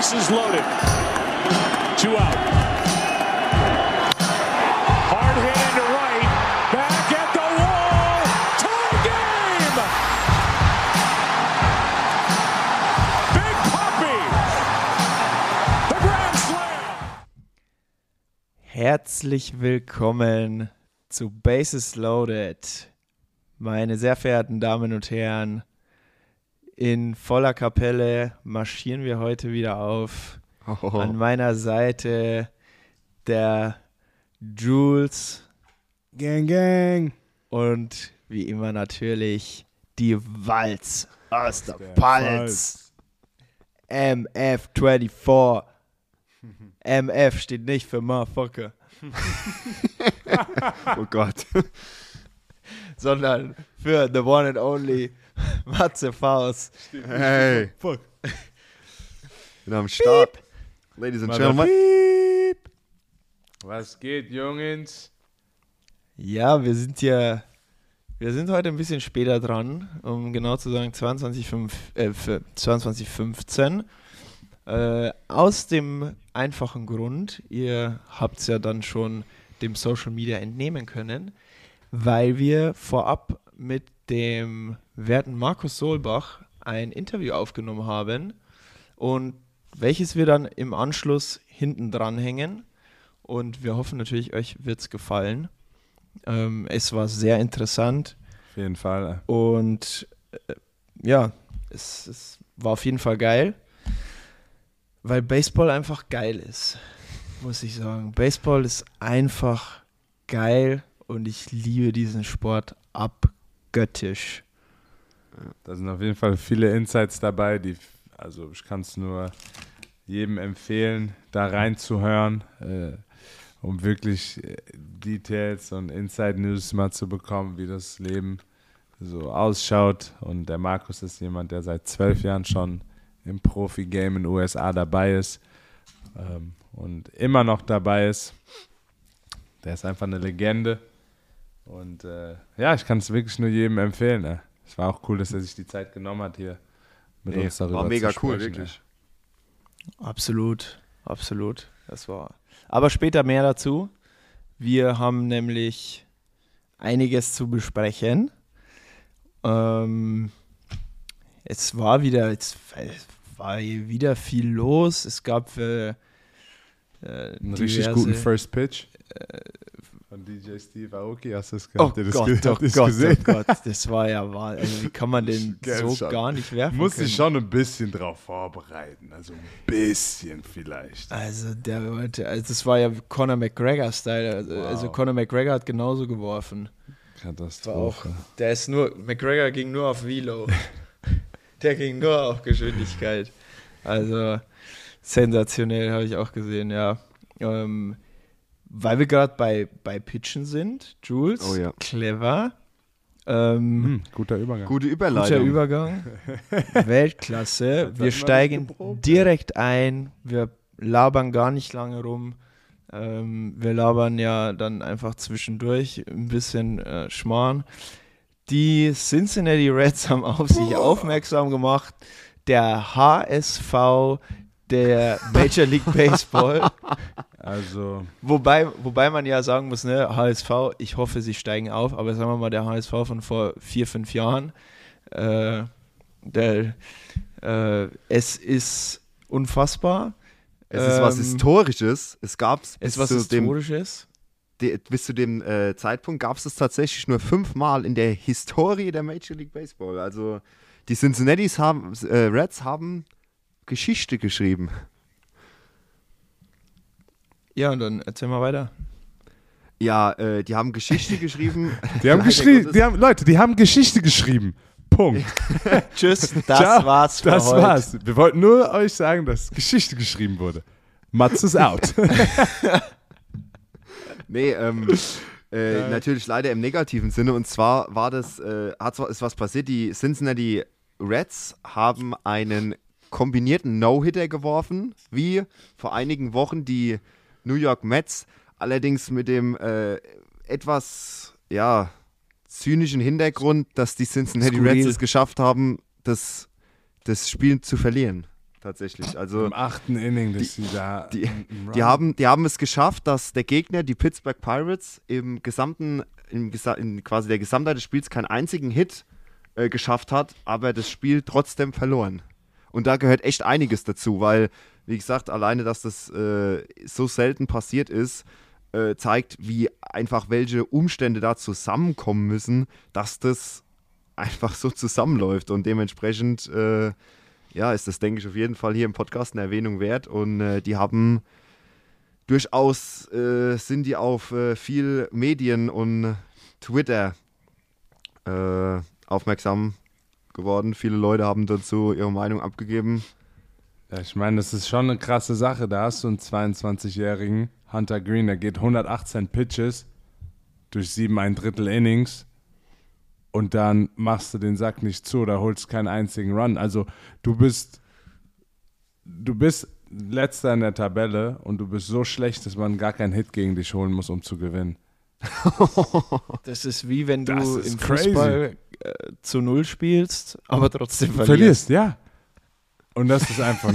Bases loaded. 2 out. Hard hit into right. Back at the wall. Tie game. Big Papi. The Grand Slam. Herzlich willkommen zu Bases Loaded. Meine sehr verehrten Damen und Herren, in voller Kapelle marschieren wir heute wieder auf. An meiner Seite der Jules. Gang, gang. Und wie immer natürlich die Walz aus der Pfalz. MF24. MF steht nicht für Motherfucker. Oh Gott. Sondern für the one and only Matze Faust. Hey. Fuck. Bin am Start. Beep. Ladies and Gentlemen. Piep. Was geht, Jungs? Ja, wir sind heute ein bisschen später dran, um genau zu sagen 22:15. Aus dem einfachen Grund, ihr habt es ja dann schon dem Social Media entnehmen können, weil wir vorab mit dem werten Markus Solbach ein Interview aufgenommen haben und welches wir dann im Anschluss hinten dranhängen, und wir hoffen natürlich, euch wird es gefallen. Es war sehr interessant. Auf jeden Fall. Und es war auf jeden Fall geil, weil Baseball einfach geil ist, muss ich sagen. Baseball ist einfach geil und ich liebe diesen Sport abgöttisch. Da sind auf jeden Fall viele Insights dabei, also ich kann es nur jedem empfehlen, da reinzuhören, um wirklich Details und Inside-News mal zu bekommen, wie das Leben so ausschaut. Und der Markus ist jemand, der seit 12 Jahren schon im Profi-Game in den USA dabei ist und immer noch dabei ist. Der ist einfach eine Legende. Und ich kann es wirklich nur jedem empfehlen. Es war auch cool, dass er sich die Zeit genommen hat, hier mit uns darüber war mega zu cool, sprechen. wirklich. Absolut. Das war. Aber später mehr dazu. Wir haben nämlich einiges zu besprechen. Es war wieder viel los. Es gab Einen richtig guten First Pitch von DJ Steve Aoki. Hast du das gehabt? Oh Gott, das war ja wahr. Also wie kann man den so schon. gar nicht werfen Muss können? sich schon ein bisschen drauf vorbereiten. Also ein bisschen vielleicht. Also das war ja Conor McGregor-Style. Also Conor McGregor hat genauso geworfen. Katastrophe. McGregor ging nur auf Velo. Der ging nur auf Geschwindigkeit. Also sensationell, habe ich auch gesehen, ja. Weil wir gerade bei Pitchen sind, Jules, Oh ja. clever. Guter Übergang. Gute Guter Überleitung. Übergang. Weltklasse. Wir man steigen nicht geprobt, direkt ein. Wir labern gar nicht lange rum. Wir labern ja dann einfach zwischendurch ein bisschen Schmarrn. Die Cincinnati Reds haben auf sich aufmerksam gemacht. Der HSV der Major League Baseball. Also Wobei man ja sagen muss, ne, HSV, ich hoffe, sie steigen auf, aber sagen wir mal, der HSV von vor 4-5 Jahren, es ist unfassbar. Es ist was Historisches. Es ist was Historisches. Bis zu dem Zeitpunkt gab es es tatsächlich nur 5-mal in der Historie der Major League Baseball. Also die Cincinnati Reds haben Geschichte geschrieben. Ja, und dann erzähl mal weiter. Ja, die haben Geschichte geschrieben. die haben Geschichte geschrieben. Punkt. Tschüss, Ciao, war's für das heute. war's. Wir wollten nur euch sagen, dass Geschichte geschrieben wurde. Mats ist out. Nee, natürlich leider im negativen Sinne. Und zwar ist was passiert. Die Cincinnati Reds haben einen kombinierten No-Hitter geworfen, wie vor einigen Wochen die New York Mets, allerdings mit dem etwas, zynischen Hintergrund, dass die Cincinnati Reds es geschafft haben, das Spiel zu verlieren. tatsächlich. Also im 8. Inning, dass sie da. Die haben es geschafft, dass der Gegner, die Pittsburgh Pirates, in quasi der Gesamtheit des Spiels keinen einzigen Hit geschafft hat, aber das Spiel trotzdem verloren. Und da gehört echt einiges dazu, weil, wie gesagt, alleine, dass das so selten passiert ist, zeigt, wie einfach welche Umstände da zusammenkommen müssen, dass das einfach so zusammenläuft. Und dementsprechend ist das, denke ich, auf jeden Fall hier im Podcast eine Erwähnung wert. Und die haben durchaus, sind die auf viel Medien und Twitter aufmerksam geworden. Viele Leute haben dazu ihre Meinung abgegeben. Ja, ich meine, das ist schon eine krasse Sache. Da hast du einen 22-jährigen Hunter Green, der geht 118 Pitches durch 7,1 Innings und dann machst du den Sack nicht zu oder holst keinen einzigen Run. Also du bist Letzter in der Tabelle und du bist so schlecht, dass man gar keinen Hit gegen dich holen muss, um zu gewinnen. Das ist wie wenn du ist im crazy. Fußball zu 0 spielst, aber trotzdem Du verlierst, ja. Und das ist einfach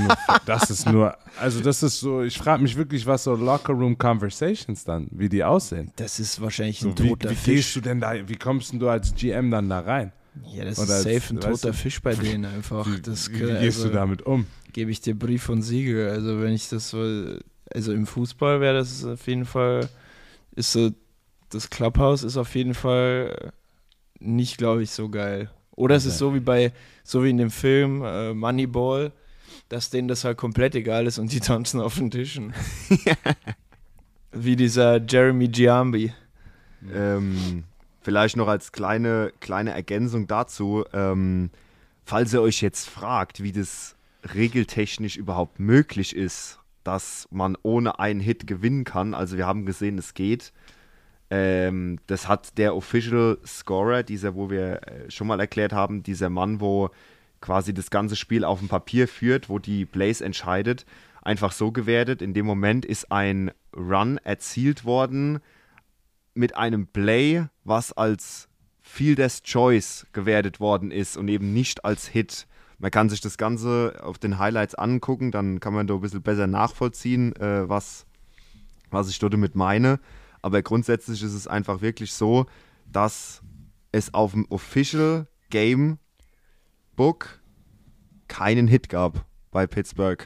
das ist so, ich frage mich wirklich, was so Locker-Room-Conversations dann, wie die aussehen. Das ist wahrscheinlich So, ein toter wie Fisch. gehst du denn da, wie kommst denn du als GM dann da rein? Ja, das Oder ist als- safe ein weißt toter du, Fisch bei denen einfach. Wie gehst du damit um? Gebe ich dir Brief und Siegel. Also wenn ich das so, also im Fußball wäre das auf jeden Fall, ist so, das Clubhouse ist auf jeden Fall nicht, glaube ich, so geil. Oder es ist so wie in dem Film Moneyball, dass denen das halt komplett egal ist und die tanzen auf den Tischen. Wie dieser Jeremy Giambi. Vielleicht noch als kleine Ergänzung dazu, falls ihr euch jetzt fragt, wie das regeltechnisch überhaupt möglich ist, dass man ohne einen Hit gewinnen kann. Also wir haben gesehen, es geht. Das hat der Official Scorer, dieser, wo wir schon mal erklärt haben, dieser Mann, wo quasi das ganze Spiel auf dem Papier führt, wo die Plays entscheidet, einfach so gewertet. In dem Moment ist ein Run erzielt worden mit einem Play, was als Fielder's Choice gewertet worden ist und eben nicht als Hit. Man kann sich das Ganze auf den Highlights angucken, dann kann man da ein bisschen besser nachvollziehen, was ich dort damit meine. Aber grundsätzlich ist es einfach wirklich so, dass es auf dem Official Game Book keinen Hit gab bei Pittsburgh.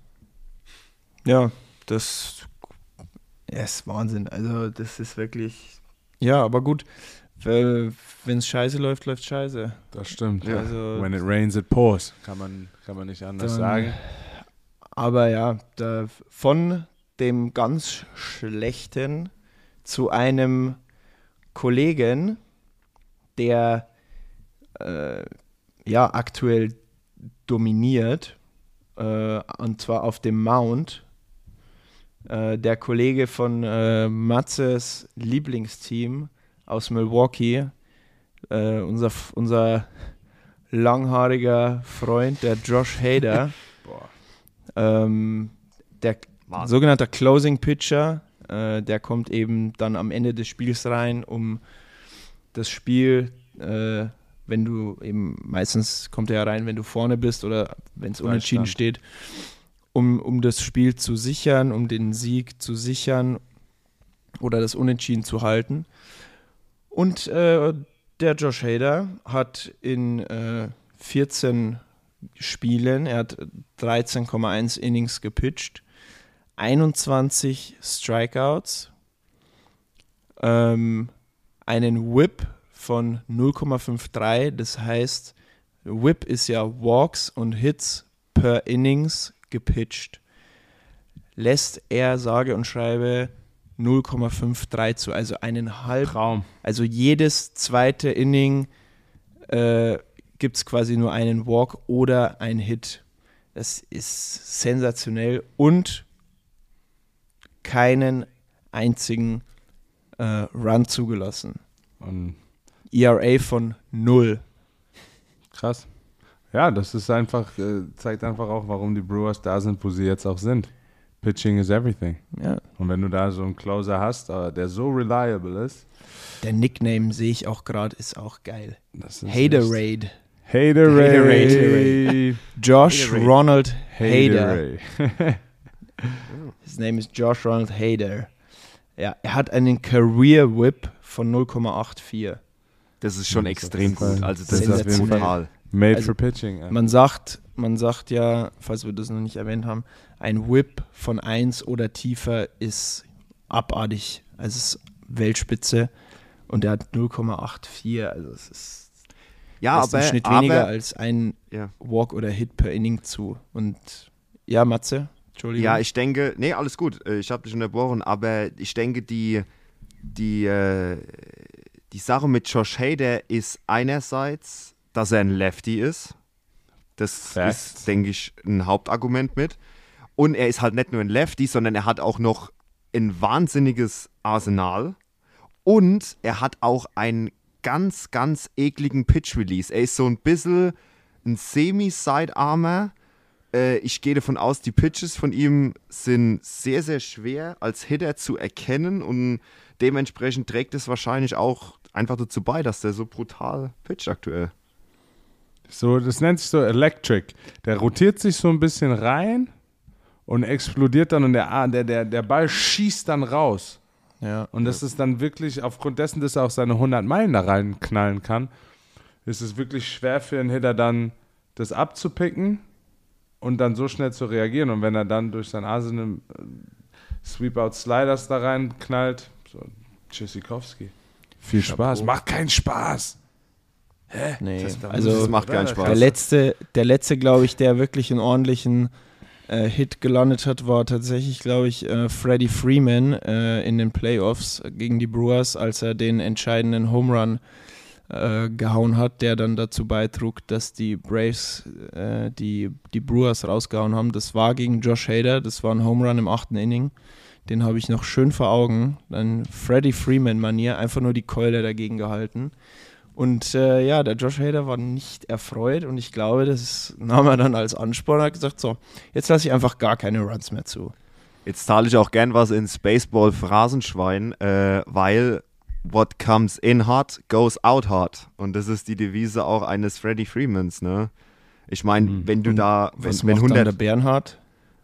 Ja, das ist Wahnsinn. Also das ist wirklich, ja, aber gut, wenn es scheiße läuft, läuft scheiße. Das stimmt. Ja. Also, When it rains, it pours. Kann man nicht anders sagen. Aber ja, von dem ganz Schlechten zu einem Kollegen, der aktuell dominiert, und zwar auf dem Mount. Der Kollege von Matzes Lieblingsteam aus Milwaukee, unser langhaariger Freund, der Josh Hader, der sogenannte Closing Pitcher, der kommt eben dann am Ende des Spiels rein, um das Spiel, wenn du eben, meistens kommt er ja rein, wenn du vorne bist oder wenn es unentschieden steht, um das Spiel zu sichern, um den Sieg zu sichern oder das Unentschieden zu halten. Und der Josh Hader hat in 14 Spielen, er hat 13,1 Innings gepitcht, 21 Strikeouts, einen Whip von 0,53, das heißt, Whip ist ja Walks und Hits per Innings gepitcht, lässt er sage und schreibe 0,53 zu, also einen halben Traum. Also jedes zweite Inning gibt es quasi nur einen Walk oder ein Hit. Das ist sensationell und keinen einzigen Run zugelassen. Und ERA von 0. krass. Ja, das ist einfach, zeigt einfach auch, warum die Brewers da sind, wo sie jetzt auch sind. Pitching is everything. Ja. Und wenn du da so einen Closer hast, der so reliable ist. Der Nickname sehe ich auch gerade, ist auch geil. Das ist Haderade. Haterade. Josh Haterade. Ronald Hader. Haterade. His name is Josh Ronald Hader. Ja, er hat einen Career Whip von 0,84. Das ist schon Das extrem ist gut. Also das ist sensationell. brutal. Made Also, for pitching. Ja. Man sagt ja, falls wir das noch nicht erwähnt haben, ein Whip von 1 oder tiefer ist abartig. Also es ist Weltspitze und er hat 0,84. Also es ist Ja, lässt im Schnitt weniger aber als ein ja. Walk oder Hit per Inning zu. Und ja, Matze, Entschuldigung. Ja, ich denke, nee, alles gut, ich habe dich unterbrochen, aber ich denke, die Sache mit Josh Hader ist einerseits, dass er ein Lefty ist. Das Facts. ist, denke ich, ein Hauptargument mit. Und er ist halt nicht nur ein Lefty, sondern er hat auch noch ein wahnsinniges Arsenal. Und er hat auch einen ganz, ganz ekligen Pitch-Release. Er ist so ein bisschen ein Semi-Sidearmer. Ich gehe davon aus, die Pitches von ihm sind sehr, sehr schwer als Hitter zu erkennen und dementsprechend trägt es wahrscheinlich auch einfach dazu bei, dass der so brutal pitcht aktuell. So, das nennt sich so Electric. Der rotiert sich so ein bisschen rein und explodiert dann und der Ball schießt dann raus. Ja. Und das ist dann wirklich, aufgrund dessen, dass er auch seine 100 Meilen da reinknallen kann, ist es wirklich schwer für einen Hitter dann, das abzupicken und dann so schnell zu reagieren. Und wenn er dann durch sein Arsenal Sweep-Out-Sliders da reinknallt, so Tschüssikowski. Viel Spaß. Macht keinen Spaß. Nee, Das also macht keinen der Spaß. letzte, glaube ich, der wirklich einen ordentlichen Hit gelandet hat, war tatsächlich, glaube ich, Freddie Freeman in den Playoffs gegen die Brewers, als er den entscheidenden Home Run gehauen hat, der dann dazu beitrug, dass die Braves die Brewers rausgehauen haben. Das war gegen Josh Hader, das war ein Home Run im 8. Inning. Den habe ich noch schön vor Augen. Dann Freddie Freeman-Manier, einfach nur die Keule dagegen gehalten. Und ja, der Josh Hader war nicht erfreut und ich glaube, das nahm er dann als Ansporn und hat gesagt, so, jetzt lasse ich einfach gar keine Runs mehr zu. Jetzt zahle ich auch gern was ins Baseball-Phrasenschwein, weil what comes in hot goes out hot. Und das ist die Devise auch eines Freddie Freemans, ne? Ich meine, wenn du Und da, Was wenn macht dann 100... der Bernhard?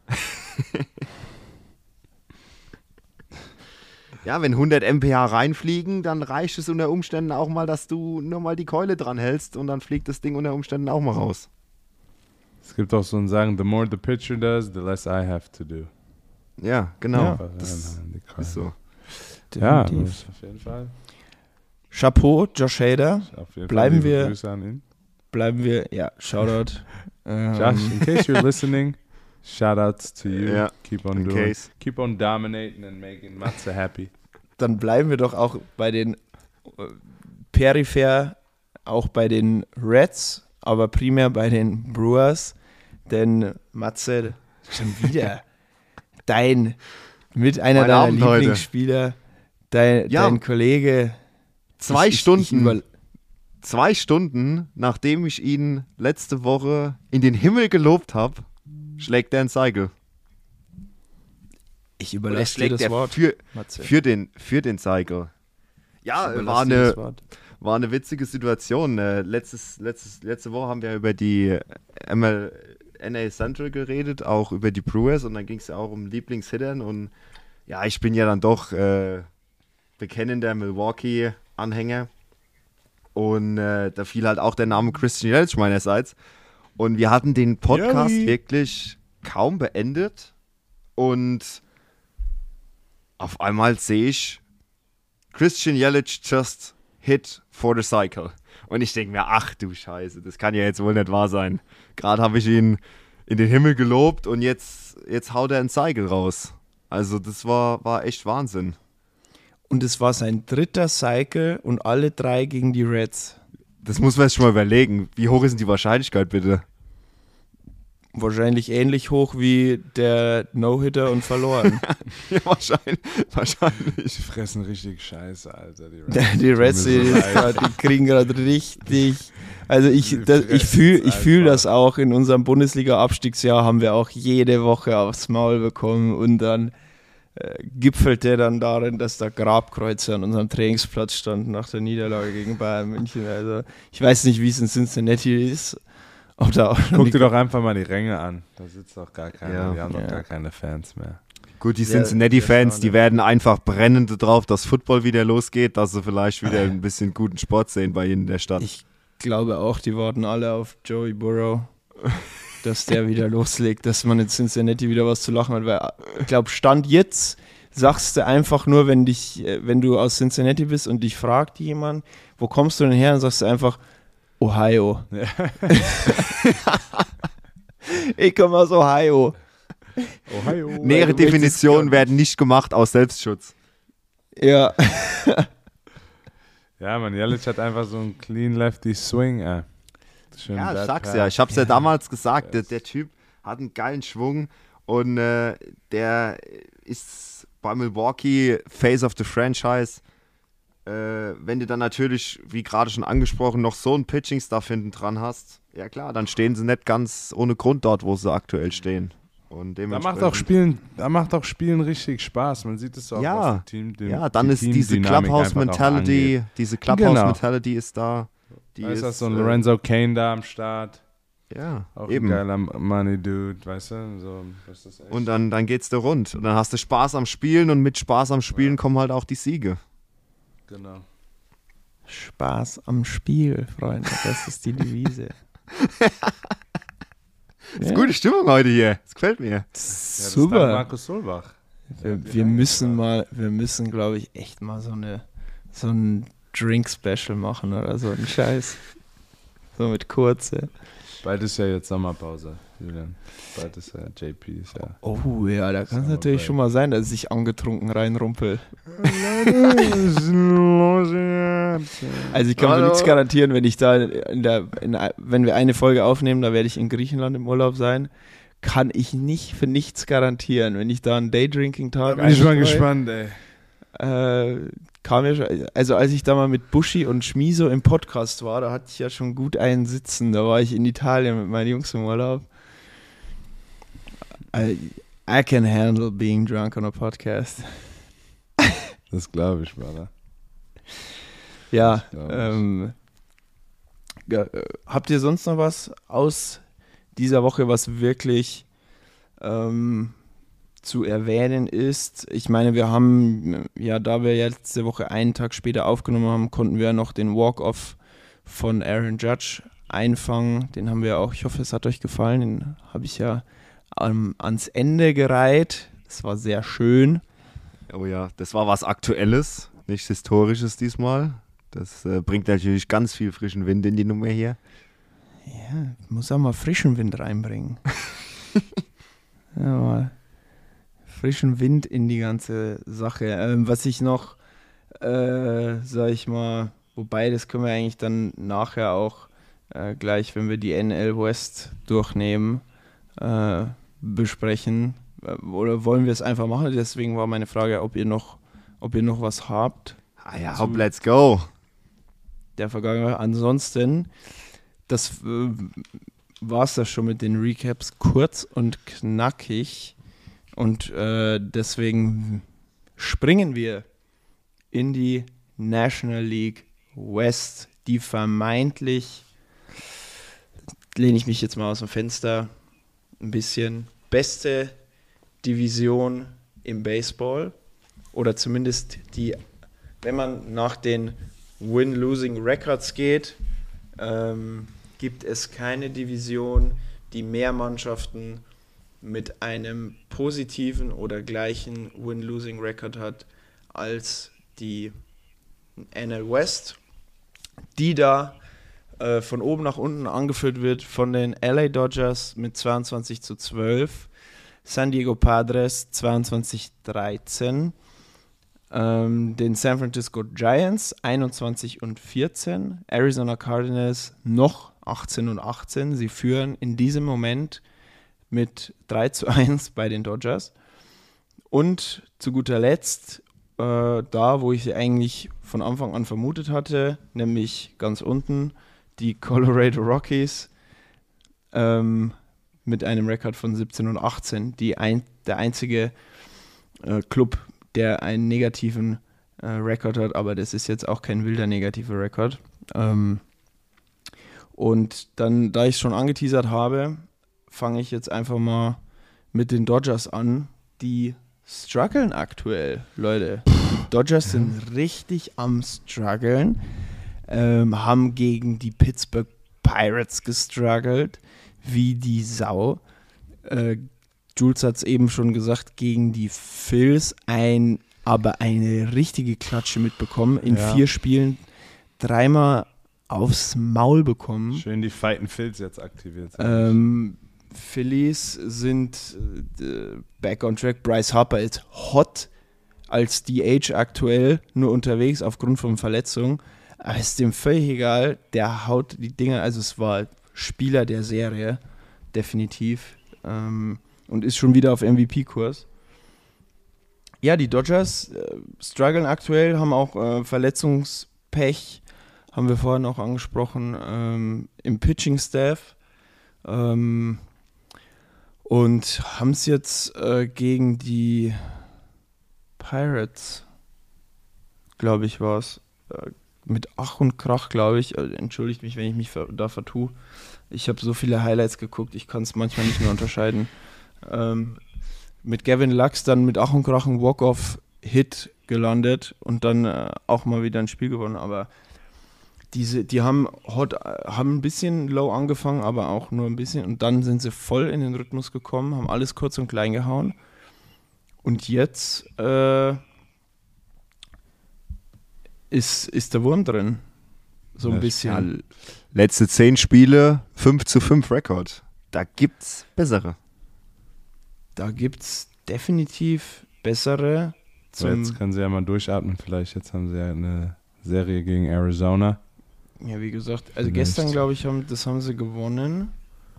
Ja, wenn 100 mph reinfliegen, dann reicht es unter Umständen auch mal, dass du nur mal die Keule dran hältst und dann fliegt das Ding unter Umständen auch mal raus. Es gibt auch so ein Sagen, the more the pitcher does, the less I have to do. Ja, genau. Ja. Einfach Das reinhauen, die Keule. ist so. Ja, Definitiv. das auf jeden Fall. Chapeau, Josh Hader. Auf jeden Bleiben Fall liebe wir- Grüße an ihn. Bleiben wir, ja, Shoutout. Josh, in case you're listening, shoutouts to you. Ja, Keep on in doing. case. Keep on dominating and making Matze happy. Dann bleiben wir doch auch bei den peripher, auch bei den Reds, aber primär bei den Brewers. Denn Matze, schon wieder einer Mein deiner Abend heute. Lieblingsspieler, Ja. dein Kollege. 2 Stunden. über- 2 Stunden, nachdem ich ihn letzte Woche in den Himmel gelobt habe, schlägt er ein Cycle. Ich Oder überlasse dir schlägt das er Wort, für Matze. für den Cycle. Ja, Ich überlasse war dir das eine, Wort. war eine witzige Situation. Letzte Woche haben wir über die NA Central geredet, auch über die Brewers und dann ging es ja auch um Lieblingshittern und ja, ich bin ja dann doch bekennender Milwaukee-Anhänger und da fiel halt auch der Name Christian Yelich meinerseits und wir hatten den Podcast Yummy. wirklich kaum beendet und auf einmal sehe ich Christian Yelich just hit for the cycle. Und ich denke mir, ach du Scheiße, das kann ja jetzt wohl nicht wahr sein. Gerade habe ich ihn in den Himmel gelobt und jetzt haut er einen Cycle raus. Also das war echt Wahnsinn. Und es war sein 3. Cycle und alle 3 gegen die Reds. Das muss man sich schon mal überlegen. Wie hoch ist denn die Wahrscheinlichkeit bitte? Wahrscheinlich ähnlich hoch wie der No-Hitter und verloren. Ja, wahrscheinlich. Die fressen richtig Scheiße, Alter. Die Die Reds, Tut mir so leid. die kriegen gerade richtig. Also ich Die fühle fressen's fühl einfach. das auch. In unserem Bundesliga-Abstiegsjahr haben wir auch jede Woche aufs Maul bekommen und dann gipfelte dann darin, dass da Grabkreuze an unserem Trainingsplatz standen nach der Niederlage gegen Bayern München. Also ich weiß nicht, wie es in Cincinnati ist. Ob da auch Guck dir doch einfach mal die Ränge an. Da sitzt doch gar keiner. Ja. Wir haben doch gar keine Fans mehr. Gut, die Sehr- Cincinnati-Fans, sehr die werden einfach brennend drauf, dass Football wieder losgeht, dass sie vielleicht wieder ein bisschen guten Sport sehen bei ihnen in der Stadt. Ich glaube auch, die warten alle auf Joey Burrow, dass der wieder loslegt, dass man in Cincinnati wieder was zu lachen hat. Weil ich glaube, Stand jetzt sagst du einfach nur, wenn du aus Cincinnati bist und dich fragt jemand, wo kommst du denn her? Dann sagst du einfach Ohio. Ich komme aus Ohio. Ohio. Nähere du möchtest Definitionen werden nicht gemacht aus Selbstschutz. Ja. Ja, man, Jelic hat einfach so einen clean lefty Swing. Schön Ja, ich Bad sag's Pass. ja. Ich hab's ja damals gesagt. Der Typ hat einen geilen Schwung und der ist bei Milwaukee Face of the Franchise. Wenn du dann natürlich, wie gerade schon angesprochen, noch so einen Pitching-Stuff hinten dran hast, ja klar, dann stehen sie nicht ganz ohne Grund dort, wo sie aktuell stehen. Und Da macht auch Spielen richtig Spaß. Man sieht es auch Ja, auf dem Team. ja, dann ist diese Clubhouse-Mentality, ist da. Die Da ist das so ein äh, Lorenzo Kane da am Start. Ja, Auch eben. ein geiler Money-Dude, weißt du? So, das ist echt Und dann geht's dir rund. Und dann hast du Spaß am Spielen und mit Spaß am Spielen kommen halt auch die Siege. genau. Spaß am Spiel, Freunde. Das ist die Devise. Ist gute Stimmung heute hier. Das gefällt mir. Ja, das ist dann Super. Markus Solbach. Wir müssen, glaube ich, echt mal so ein Drink-Special machen oder so einen Scheiß. So mit Kurze. Bald ist ja jetzt Sommerpause, Julian. Bald ist ja JP. Ist ja. Oh ja, da kann es Summer natürlich Break. schon mal sein, dass ich angetrunken reinrumpel. Also ich kann für Hallo. nichts garantieren, wenn ich da wenn wir eine Folge aufnehmen, da werde ich in Griechenland im Urlaub sein, kann ich nicht für nichts garantieren. Wenn ich da einen Daydrinking-Tag Bin ich mal einstreue, gespannt, ey. kam mir schon, also als ich da mal mit Buschi und Schmiso im Podcast war, da hatte ich ja schon gut einen sitzen. Da war ich in Italien mit meinen Jungs im Urlaub. I can handle being drunk on a podcast. Das glaube ich, Brother. Ja, glaub habt ihr sonst noch was aus dieser Woche, was wirklich zu erwähnen ist? Ich meine, wir haben, ja, da wir letzte Woche einen Tag später aufgenommen haben, konnten wir noch den Walk-Off von Aaron Judge einfangen. Den haben wir auch, ich hoffe, es hat euch gefallen, den habe ich ja ans Ende gereiht. Das war sehr schön. Oh ja, das war was Aktuelles, nichts Historisches diesmal. Das bringt natürlich ganz viel frischen Wind in die Nummer hier. Ja, muss auch mal frischen Wind reinbringen. Ja, mal frischen Wind in die ganze Sache. Was ich noch, sag ich mal, wobei das können wir eigentlich dann nachher auch gleich, wenn wir die NL West durchnehmen, besprechen. Oder wollen wir es einfach machen? Deswegen war meine Frage, ob ihr noch was habt. Ah ja, hopp, let's go. Der Vergangenheit. Ansonsten, das war es das schon mit den Recaps, kurz und knackig. Und deswegen springen wir in die National League West, die vermeintlich, lehne ich mich jetzt mal aus dem Fenster, ein bisschen beste Division im Baseball. Oder zumindest die, wenn man nach den Win-Losing Records geht, gibt es keine Division, die mehr Mannschaften mit einem positiven oder gleichen Win-Losing Record hat als die NL West, die da von oben nach unten angeführt wird von den LA Dodgers mit 22-12, San Diego Padres 22-13, den San Francisco Giants 21-14, Arizona Cardinals noch 18-18. Sie führen in diesem Moment mit 3-1 bei den Dodgers. Und zu guter Letzt, da wo ich sie eigentlich von Anfang an vermutet hatte, nämlich ganz unten, die Colorado Rockies mit einem Rekord von 17-18, der einzige Club, der einen negativen Rekord hat, aber das ist jetzt auch kein wilder negativer Rekord. Und dann, da ich es schon angeteasert habe, fange ich jetzt einfach mal mit den Dodgers an. Die strugglen aktuell, Leute. Die Dodgers sind richtig am struggeln, haben gegen die Pittsburgh Pirates gestruggelt, wie die Sau. Jules hat es eben schon gesagt, gegen die Phils aber eine richtige Klatsche mitbekommen. In 4 Spielen 3-mal aufs Maul bekommen. Schön die Fighten Phils jetzt aktiviert. Phillies sind back on track. Bryce Harper ist hot als DH aktuell, nur unterwegs aufgrund von Verletzungen. Aber ist dem völlig egal. Der haut die Dinger, also es war Spieler der Serie, definitiv. Und ist schon wieder auf MVP-Kurs. Ja, die Dodgers strugglen aktuell, haben auch Verletzungspech, haben wir vorhin auch angesprochen, im Pitching-Staff. Und haben es jetzt gegen die Pirates, glaube ich, war es, mit Ach und Krach, glaube ich. Entschuldigt mich, wenn ich mich da vertue. Ich habe so viele Highlights geguckt, ich kann es manchmal nicht mehr unterscheiden. Mit Gavin Lux dann mit Ach und Krach ein Walk-Off-Hit gelandet und dann auch mal wieder ein Spiel gewonnen. Aber die haben ein bisschen low angefangen, aber auch nur ein bisschen. Und dann sind sie voll in den Rhythmus gekommen, haben alles kurz und klein gehauen. Und jetzt ist der Wurm drin. So ein bisschen. Ja, letzte 10 Spiele, 5-5 Rekord. Da gibt's bessere. Da gibt's definitiv bessere. Jetzt können sie ja mal durchatmen vielleicht. Jetzt haben sie ja eine Serie gegen Arizona. Ja, wie gesagt, also gestern, glaube ich, haben sie gewonnen.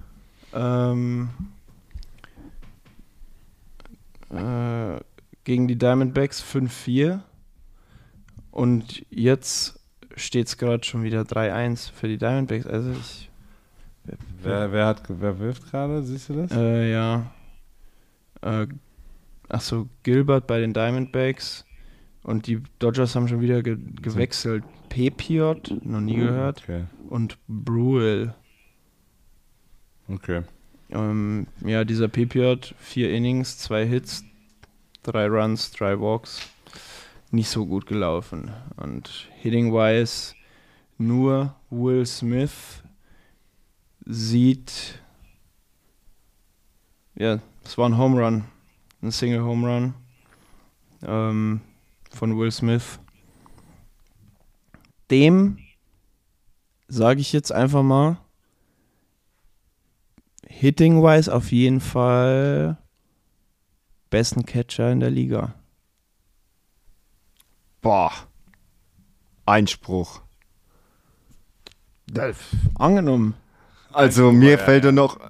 Gegen die Diamondbacks 5-4. Und jetzt steht es gerade schon wieder 3-1 für die Diamondbacks. Also Wer wirft gerade? Siehst du das? Ja. Achso, Gilbert bei den Diamondbacks. Und die Dodgers haben schon wieder gewechselt. Pepiot, noch nie gehört. Okay. Und Brule. Okay. Ja, dieser Pepiot, 4 Innings, 2 Hits, 3 Runs, 3 Walks. Nicht so gut gelaufen. Und hitting-wise nur Will Smith sieht, ja, es war ein Home Run, ein Single Home Run von Will Smith. Dem sage ich jetzt einfach mal, hitting-wise auf jeden Fall besten Catcher in der Liga. Boah. Einspruch. Angenommen. Also mir fällt da noch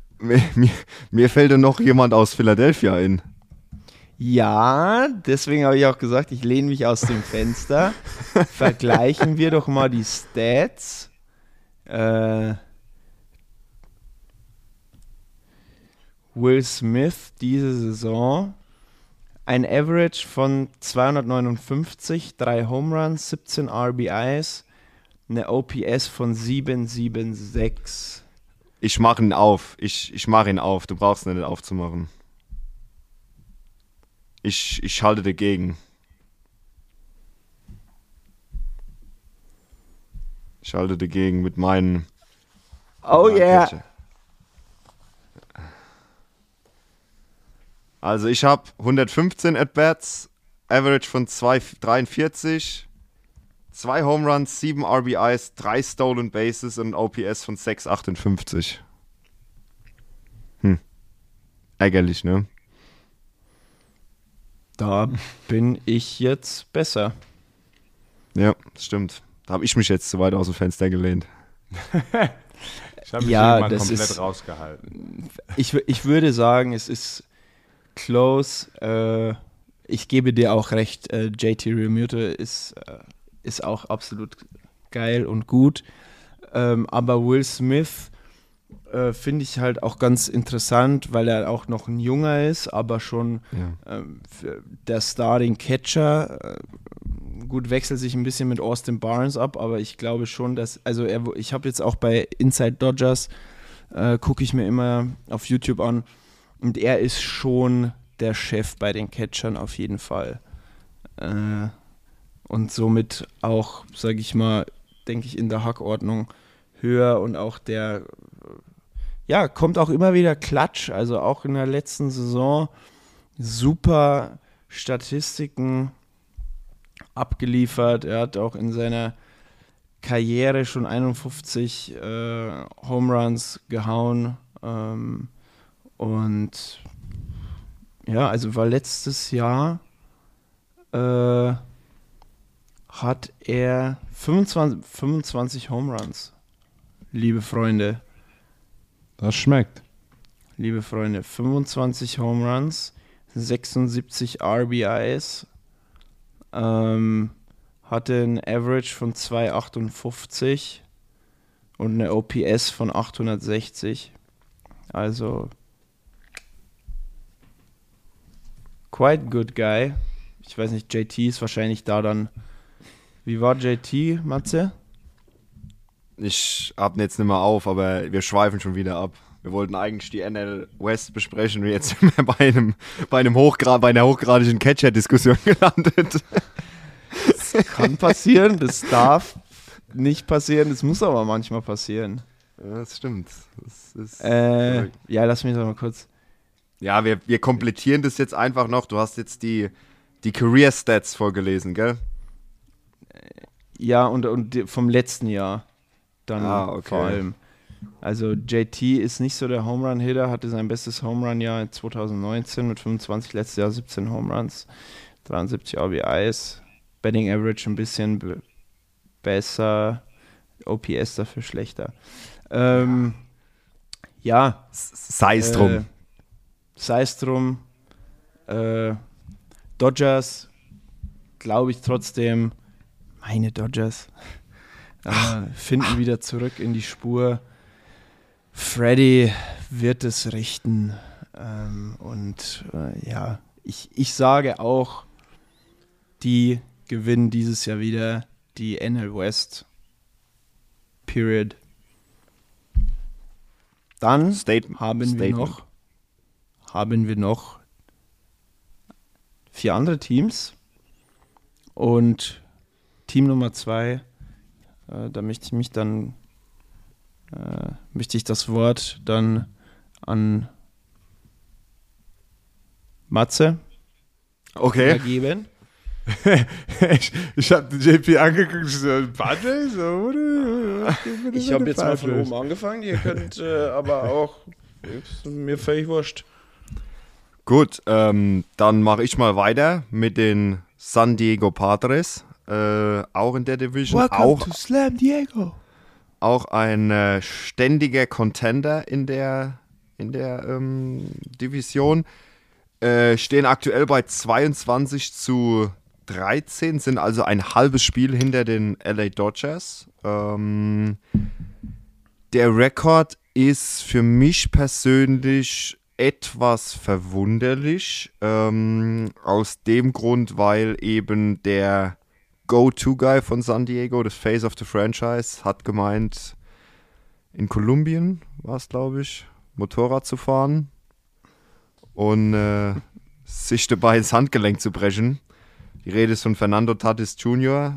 jemand aus Philadelphia ein. Ja, deswegen habe ich auch gesagt, ich lehne mich aus dem Fenster. Vergleichen wir doch mal die Stats. Will Smith diese Saison ein Average von 259, 3 Home Runs, 17 RBIs, eine OPS von 776. Ich mache ihn auf. Ich mache ihn auf. Du brauchst ihn nicht aufzumachen. Ich schalte dagegen. Ich schalte dagegen mit meinen... Oh yeah! Catcher. Also ich habe 115 At-Bats, Average von 2,43, 2 Home Runs, 7 RBIs, 3 Stolen Bases und ein OPS von 6,58. Ärgerlich, ne? Da bin ich jetzt besser. Ja, das stimmt. Da habe ich mich jetzt zu weit aus dem Fenster gelehnt. Ich habe mich Ja, mal das komplett ist- rausgehalten. Ich würde sagen, es ist close. Ich gebe dir auch recht, JT Realmuto ist auch absolut geil und gut. Aber Will Smith finde ich halt auch ganz interessant, weil er auch noch ein Junger ist, aber schon der Starting Catcher. Gut, wechselt sich ein bisschen mit Austin Barnes ab, aber ich glaube schon, dass, also ich habe jetzt auch bei Inside Dodgers, gucke ich mir immer auf YouTube an, und er ist schon der Chef bei den Catchern auf jeden Fall. Und somit auch, sage ich mal, denke ich, in der Hackordnung höher, und auch kommt auch immer wieder Klatsch, also auch in der letzten Saison super Statistiken abgeliefert. Er hat auch in seiner Karriere schon 51 Home Runs gehauen, und ja, also war letztes Jahr hat er 25 Home Runs. Liebe Freunde. Das schmeckt. Liebe Freunde, 25 Home Runs, 76 RBIs, hatte ein Average von 2,58 und eine OPS von 860. Also quite good guy. Ich weiß nicht, JT ist wahrscheinlich da dann. Wie war JT, Matze? Ich hab jetzt nicht mehr auf, aber wir schweifen schon wieder ab. Wir wollten eigentlich die NL West besprechen und jetzt sind wir bei einer hochgradigen Catcher-Diskussion gelandet. Das kann passieren, das darf nicht passieren, das muss aber manchmal passieren. Ja, das stimmt. Das ist ja, lass mich doch mal kurz. Ja, wir komplettieren das jetzt einfach noch. Du hast jetzt die Career-Stats vorgelesen, gell? Ja, und vom letzten Jahr dann okay. Vor allem. Also JT ist nicht so der Home Run Hitter, hatte sein bestes Home Run Jahr in 2019 mit 25, letztes Jahr 17 Home Runs, 73 RBIs, Batting Average ein bisschen besser, OPS dafür schlechter. Ja. Sei es drum. Sei es drum. Dodgers, glaube ich trotzdem, meine Dodgers, finden wieder zurück in die Spur. Freddy wird es richten. Ich sage auch, die gewinnen dieses Jahr wieder die NL West. Period. Dann haben wir noch 4 andere Teams. Und Team Nummer 2, da möchte ich das Wort dann an Matze übergeben. Ich habe den JP angeguckt, so, Padres? Ich habe jetzt mal von oben angefangen, ihr könnt aber auch, ist mir völlig wurscht. Gut, dann mache ich mal weiter mit den San Diego Padres, auch in der Division. Welcome to Slam Diego. Auch ein ständiger Contender in der Division. Stehen aktuell bei 22-13, sind also ein halbes Spiel hinter den LA Dodgers. Der Rekord ist für mich persönlich etwas verwunderlich. Aus dem Grund, weil eben der Go-To-Guy von San Diego, das Face of the Franchise, hat gemeint, in Kolumbien war es, glaube ich, Motorrad zu fahren und sich dabei ins Handgelenk zu brechen. Die Rede ist von Fernando Tatis Jr.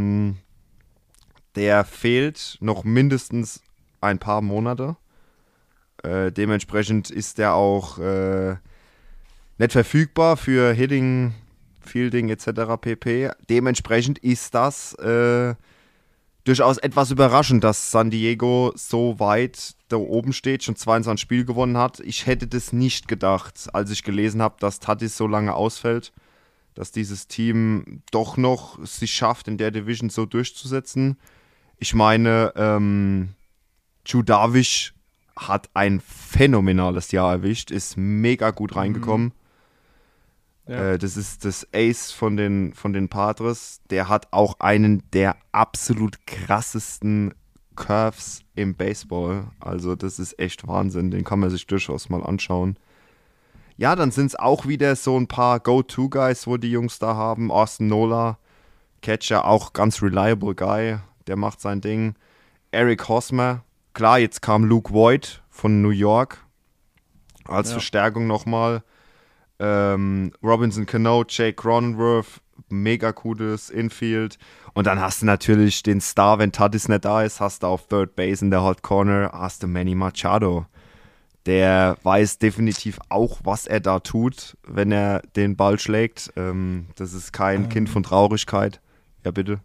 Der fehlt noch mindestens ein paar Monate. Dementsprechend ist der auch nicht verfügbar für Hitting, Fielding etc. pp. Dementsprechend ist das durchaus etwas überraschend, dass San Diego so weit da oben steht, schon 22 Spiele gewonnen hat. Ich hätte das nicht gedacht, als ich gelesen habe, dass Tatis so lange ausfällt, dass dieses Team doch noch sich schafft, in der Division so durchzusetzen. Ich meine, Yu Darvish hat ein phänomenales Jahr erwischt, ist mega gut reingekommen. Ja. Das ist das Ace von den Padres. Der hat auch einen der absolut krassesten Curves im Baseball. Also das ist echt Wahnsinn. Den kann man sich durchaus mal anschauen. Ja, dann sind es auch wieder so ein paar Go-To-Guys, wo die Jungs da haben. Austin Nola, Catcher, auch ganz reliable Guy. Der macht sein Ding. Eric Hosmer. Klar, jetzt kam Luke Voigt von New York als Verstärkung nochmal. Robinson Cano, Jake Cronenworth, mega cooles Infield. Und dann hast du natürlich den Star, wenn Tatis nicht da ist, hast du auf Third Base in der Hot Corner, hast du Manny Machado. Der weiß definitiv auch, was er da tut, wenn er den Ball schlägt. Das ist kein Kind von Traurigkeit. Ja, bitte.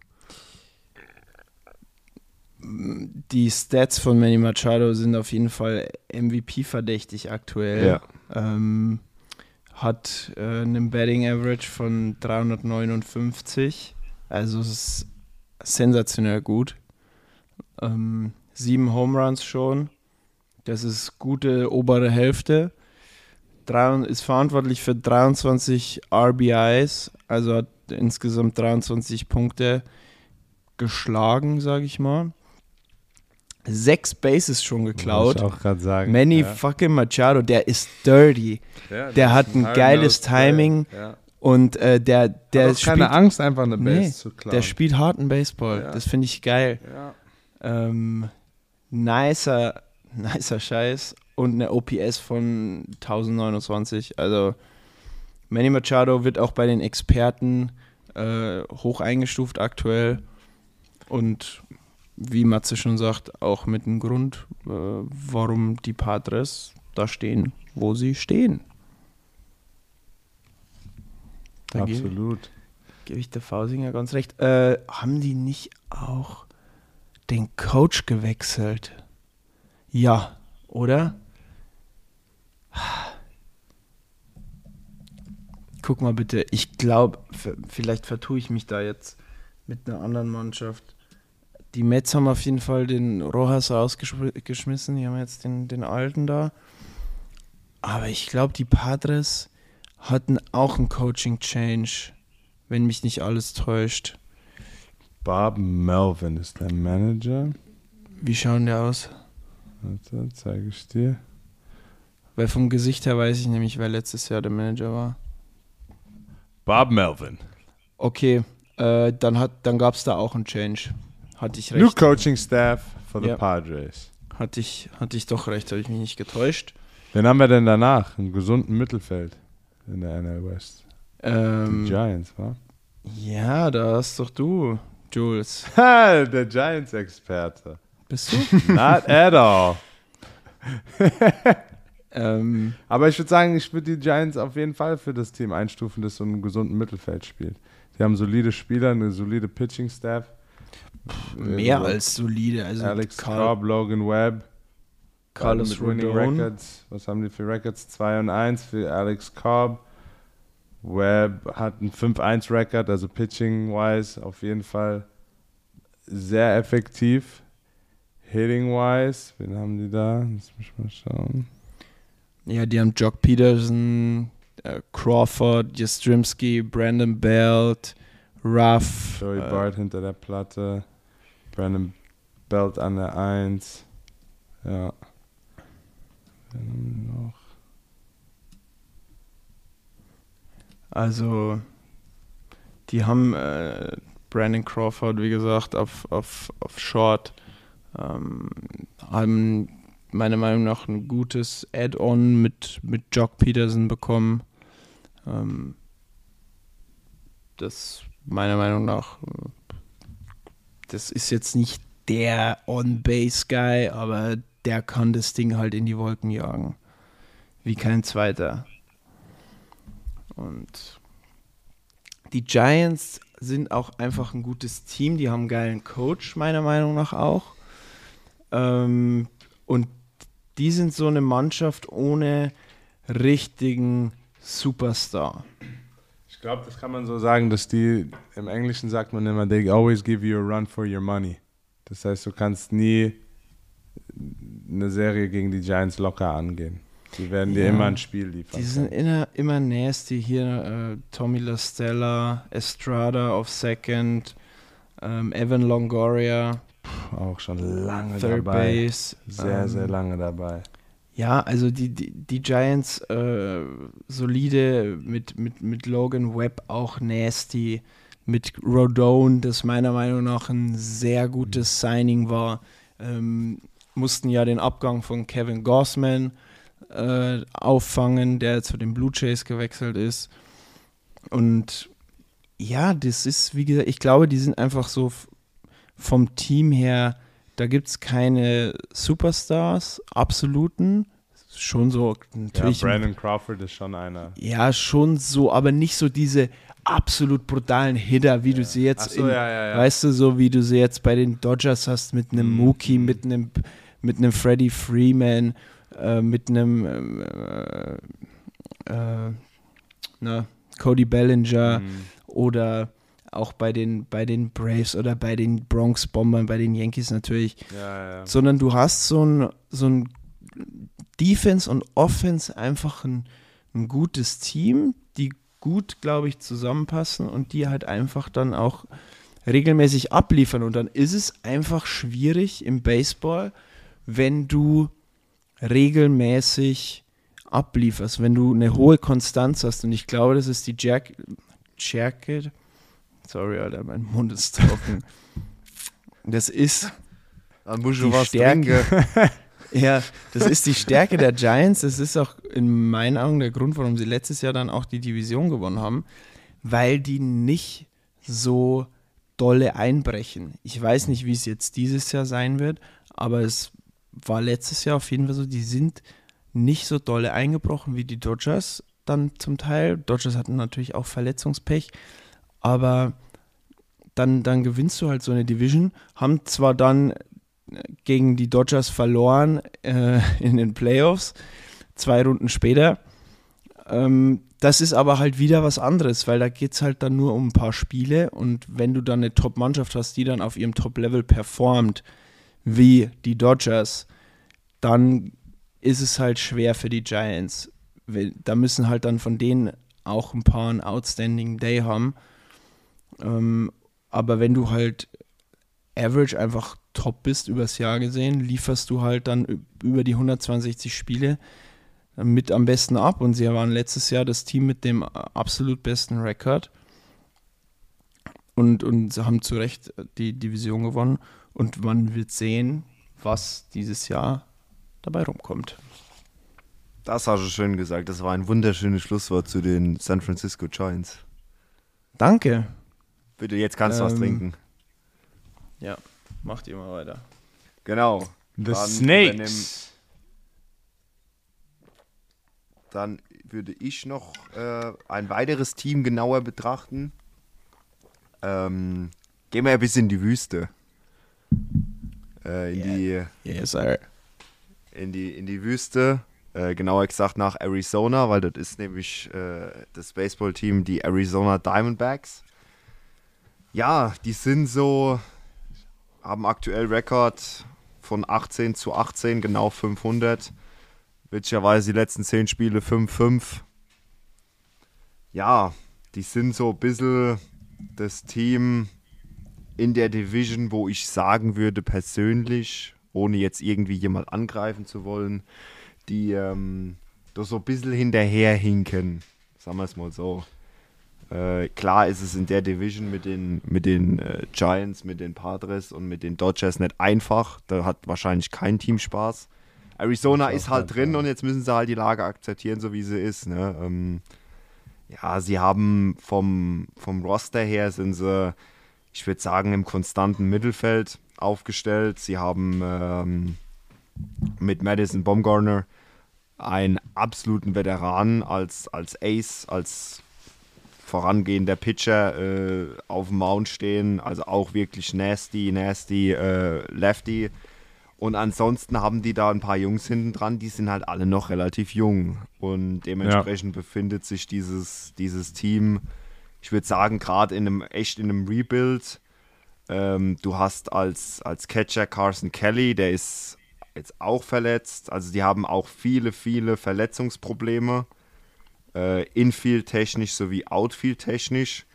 Die Stats von Manny Machado sind auf jeden Fall MVP-verdächtig aktuell. Ja. Hat einen Batting Average von 359. Also es ist sensationell gut. 7 Home Runs schon. Das ist gute obere Hälfte. Ist verantwortlich für 23 RBIs. Also hat insgesamt 23 Punkte geschlagen, sage ich mal. 6 Bases schon geklaut. Wollte ich auch gerade sagen. Manny fucking Machado, der ist dirty. Ja, der hat ein geiles Timing. Ja. Und der Hat auch spielt keine Angst, einfach eine Base zu klauen. Der spielt harten Baseball. Ja. Das finde ich geil. Ja. Nicer Scheiß. Und eine OPS von 1029. Also Manny Machado wird auch bei den Experten hoch eingestuft aktuell. Und wie Matze schon sagt, auch mit einem Grund, warum die Padres da stehen, wo sie stehen. Da Absolut. Gebe ich der Fausinger ganz recht. Haben die nicht auch den Coach gewechselt? Ja, oder? Guck mal bitte, ich glaube, vielleicht vertue ich mich da jetzt mit einer anderen Mannschaft. Die Mets haben auf jeden Fall den Rojas rausgeschmissen, die haben jetzt den Alten da. Aber ich glaube, die Padres hatten auch einen Coaching-Change, wenn mich nicht alles täuscht. Bob Melvin ist der Manager. Wie schauen der aus? Warte, zeige ich dir. Weil vom Gesicht her weiß ich nämlich, wer letztes Jahr der Manager war. Bob Melvin. Okay, dann gab es da auch einen Change. Hatte ich recht. New coaching staff for the Ja. Padres. Hatte ich doch recht, habe ich mich nicht getäuscht. Wen haben wir denn danach? Im gesunden Mittelfeld in der NL West. Die Giants, wa? Ja, da hast doch du, Jules. Ha, der Giants-Experte. Bist du? Not at all. ähm, Aber ich würde sagen, ich würde die Giants auf jeden Fall für das Team einstufen, das so im gesunden Mittelfeld spielt. Die haben solide Spieler, eine solide Pitching-Staff. mehr als solide. Also Alex Cobb, Logan Webb. Carlos mit Winning Rodon. Records. Was haben die für Records? 2-1 für Alex Cobb. Webb hat einen 5-1-Record, also Pitching-wise auf jeden Fall sehr effektiv. Hitting-wise, wen haben die da? Lass mich mal schauen. Ja, die haben Jock Peterson, Crawford, Yastrzemski, Brandon Belt, Ruff. Joey Bart hinter der Platte. Brandon Belt an der 1. Ja. Wen haben die noch? Also, die haben Brandon Crawford, wie gesagt, auf Short. Haben meiner Meinung nach ein gutes Add-on mit Jock Peterson bekommen. Das meiner Meinung nach, das ist jetzt nicht der On-Base-Guy, aber der kann das Ding halt in die Wolken jagen. Wie kein zweiter. Und die Giants sind auch einfach ein gutes Team. Die haben einen geilen Coach, meiner Meinung nach auch. Und die sind so eine Mannschaft ohne richtigen Superstar. Ich glaube, das kann man so sagen, dass die, im Englischen sagt man immer, they always give you a run for your money. Das heißt, du kannst nie eine Serie gegen die Giants locker angehen. Die werden dir immer ein Spiel liefern. Die sind immer nasty. Hier Tommy La Stella, Estrada auf Second, Evan Longoria, Auch schon lange Third dabei. Base. Sehr, sehr lange dabei. Ja, also die Giants solide, mit Logan Webb auch nasty, mit Rodon, das meiner Meinung nach ein sehr gutes Signing war. Mussten ja den Abgang von Kevin Gausman auffangen, der zu den Blue Jays gewechselt ist. Und ja, das ist, wie gesagt, ich glaube, die sind einfach so vom Team her, da gibt es keine Superstars, absoluten. Schon so, natürlich. Ja, Brandon Crawford ist schon einer. Ja, schon so, aber nicht so diese absolut brutalen Hitter, wie du sie jetzt, weißt du, so wie du sie jetzt bei den Dodgers hast, mit einem Mookie, mit einem Freddie Freeman, mit einem Cody Bellinger oder auch bei den Braves oder bei den Bronx Bombern, bei den Yankees natürlich. Sondern du hast so ein Defense und Offense einfach ein gutes Team, die gut, glaube ich, zusammenpassen und die halt einfach dann auch regelmäßig abliefern. Und dann ist es einfach schwierig im Baseball, wenn du regelmäßig ablieferst, wenn du eine hohe Konstanz hast. Und ich glaube, das ist die Jacket. Sorry, Alter, mein Mund ist trocken. Das ist dann muss die was Stärke. Ja, das ist die Stärke der Giants. Das ist auch in meinen Augen der Grund, warum sie letztes Jahr dann auch die Division gewonnen haben, weil die nicht so dolle einbrechen. Ich weiß nicht, wie es jetzt dieses Jahr sein wird, aber es war letztes Jahr auf jeden Fall so, die sind nicht so dolle eingebrochen wie die Dodgers dann zum Teil. Dodgers hatten natürlich auch Verletzungspech, aber dann gewinnst du halt so eine Division, haben zwar dann gegen die Dodgers verloren in den Playoffs, 2 Runden später. Das ist aber halt wieder was anderes, weil da geht es halt dann nur um ein paar Spiele und wenn du dann eine Top-Mannschaft hast, die dann auf ihrem Top-Level performt, wie die Dodgers, dann ist es halt schwer für die Giants. Da müssen halt dann von denen auch ein paar einen Outstanding Day haben. Aber wenn du halt average einfach top bist übers Jahr gesehen, lieferst du halt dann über die 162 Spiele mit am besten ab und sie waren letztes Jahr das Team mit dem absolut besten Rekord und sie haben zu Recht die Division gewonnen und man wird sehen, was dieses Jahr dabei rumkommt. Das hast du schön gesagt, das war ein wunderschönes Schlusswort zu den San Francisco Giants. Danke. Bitte, jetzt kannst du was trinken. Ja, macht ihr mal weiter. Genau. The Snakes. Dann würde ich noch ein weiteres Team genauer betrachten. Gehen wir ein bisschen in die Wüste. Yes, sir. In die Wüste. Genauer gesagt nach Arizona, weil das ist nämlich das Baseballteam, die Arizona Diamondbacks. Ja, die sind so, haben aktuell Rekord von 18-18, genau 500. Witzigerweise die letzten 10 Spiele 5-5. Ja, die sind so ein bisschen das Team in der Division, wo ich sagen würde persönlich, ohne jetzt irgendwie jemand angreifen zu wollen, die da so ein bisschen hinterherhinken, sagen wir es mal so. Klar ist es in der Division mit den Giants, mit den Padres und mit den Dodgers nicht einfach. Da hat wahrscheinlich kein Team Spaß. Arizona ist halt drin und jetzt müssen sie halt die Lage akzeptieren, so wie sie ist. Ne? Ja, sie haben vom Roster her sind sie, ich würde sagen, im konstanten Mittelfeld aufgestellt. Sie haben mit Madison Bumgarner einen absoluten Veteran als Ace, als vorangehender Pitcher auf dem Mount stehen, also auch wirklich nasty Lefty. Und ansonsten haben die da ein paar Jungs hinten dran, die sind halt alle noch relativ jung. Und dementsprechend befindet sich dieses Team, ich würde sagen, gerade in einem Rebuild. Du hast als Catcher Carson Kelly, der ist jetzt auch verletzt. Also die haben auch viele Verletzungsprobleme. Infield-technisch sowie Outfield-technisch.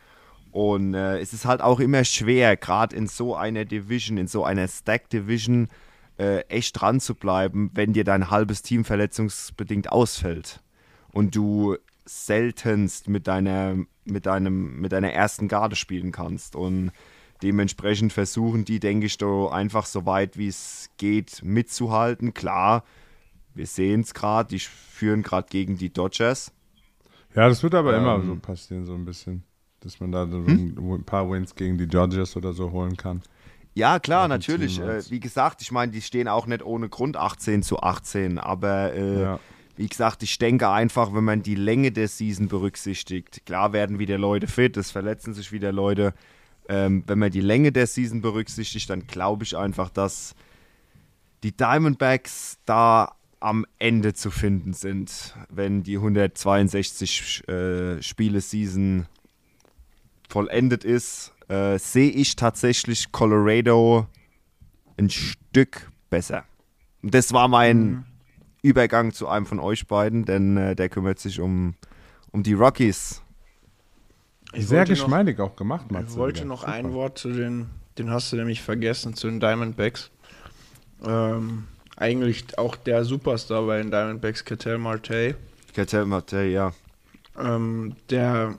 Und es ist halt auch immer schwer, gerade in so einer Division, in so einer Stack-Division, echt dran zu bleiben, wenn dir dein halbes Team verletzungsbedingt ausfällt und du seltenst mit deiner ersten Garde spielen kannst. Und dementsprechend versuchen die, denke ich, da einfach so weit wie es geht mitzuhalten. Klar, wir sehen es gerade, die führen gerade gegen die Dodgers. Ja, das wird aber immer so passieren, so ein bisschen, dass man da so ein paar Wins gegen die Dodgers oder so holen kann. Ja, klar, Auch natürlich. Wie gesagt, ich meine, die stehen auch nicht ohne Grund 18-18, aber wie gesagt, ich denke einfach, wenn man die Länge der Season berücksichtigt, klar werden wieder Leute fit, es verletzen sich wieder Leute. Wenn man die Länge der Season berücksichtigt, dann glaube ich einfach, dass die Diamondbacks da am Ende zu finden sind, wenn die 162 Spiele-Season vollendet ist. Sehe ich tatsächlich Colorado ein Stück besser. Und das war mein Übergang zu einem von euch beiden, denn der kümmert sich um die Rockies. Sehr geschmeidig auch gemacht, Matze. Ich wollte noch ein Wort zu den hast du nämlich vergessen, zu den Diamondbacks. Eigentlich auch der Superstar bei den Diamondbacks, Ketel Marte. Ja. Der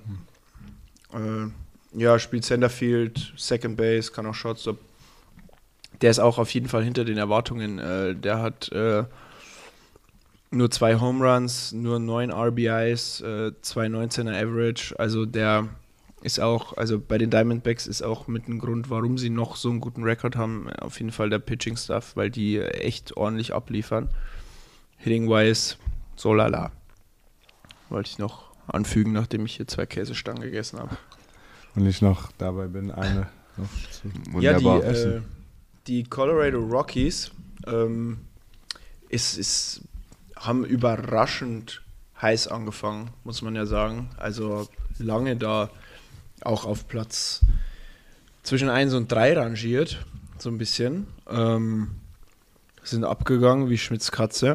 spielt Centerfield, Second Base, kann auch Shortstop. Der ist auch auf jeden Fall hinter den Erwartungen. Der hat nur 2 Home Runs, nur 9 RBIs, 2,19er Average. Also der ist auch, also bei den Diamondbacks ist auch mit ein Grund, warum sie noch so einen guten Rekord haben, auf jeden Fall der Pitching-Stuff, weil die echt ordentlich abliefern. Hitting-wise, so lala. Wollte ich noch anfügen, nachdem ich hier 2 Käsestangen gegessen habe. Und ich noch dabei bin, eine noch zu Wunderbar. Ja, die Colorado Rockies haben überraschend heiß angefangen, muss man ja sagen. Also lange da auch auf Platz zwischen 1 und 3 rangiert, so ein bisschen. Sind abgegangen wie Schmitz Katze.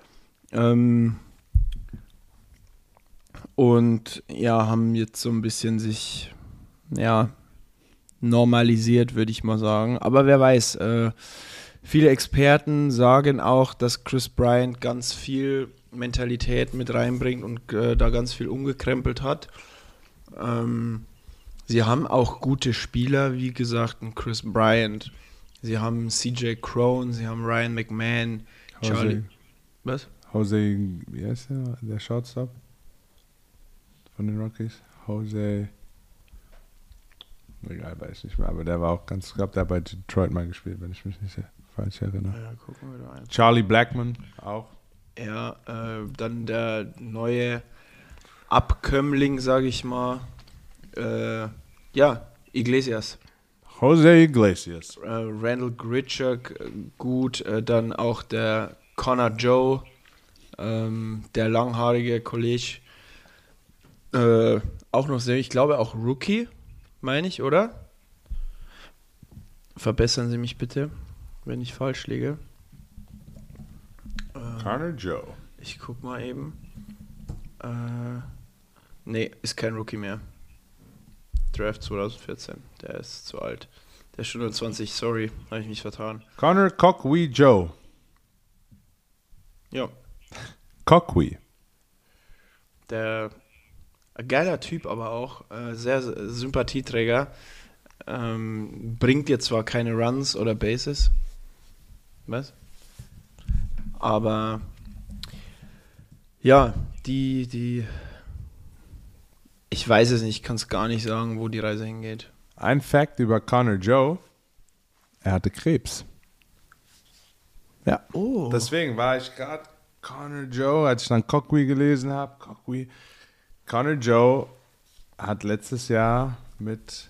Und ja, haben jetzt so ein bisschen sich normalisiert, würde ich mal sagen. Aber wer weiß, viele Experten sagen auch, dass Chris Bryant ganz viel Mentalität mit reinbringt und da ganz viel umgekrempelt hat. Sie haben auch gute Spieler, wie gesagt, einen Chris Bryant. Sie haben CJ Crone, sie haben Ryan McMahon, Charlie. Was? Jose, wie heißt der Shortstop von den Rockies? Jose. Egal, weiß nicht mehr, aber der war auch ich glaube, der hat bei Detroit mal gespielt, wenn ich mich nicht falsch erinnere. Ja, gucken wir da ein. Charlie Blackmon auch. Ja, dann der neue Abkömmling, sage ich mal. Iglesias. Jose Iglesias. Randall Grichuk, gut. Dann auch der Connor Joe, der langhaarige Kollege. Auch noch sehr, ich glaube auch Rookie, meine ich, oder? Verbessern Sie mich bitte, wenn ich falsch liege. Connor Joe. Ich guck mal eben. Nee, ist kein Rookie mehr. Draft 2014. Der ist zu alt. Der ist schon nur 20, sorry, habe ich mich vertan. Connor Coqui Joe. Ja. Coqui. Der geiler Typ, aber auch sehr Sympathieträger. Bringt jetzt zwar keine Runs oder Bases. Was? Aber ja, die ich weiß es nicht, ich kann es gar nicht sagen, wo die Reise hingeht. Ein Fact über Connor Joe: Er hatte Krebs. Ja. Oh. Deswegen war ich gerade Connor Joe, als ich dann Coqui gelesen habe. Connor Joe hat letztes Jahr mit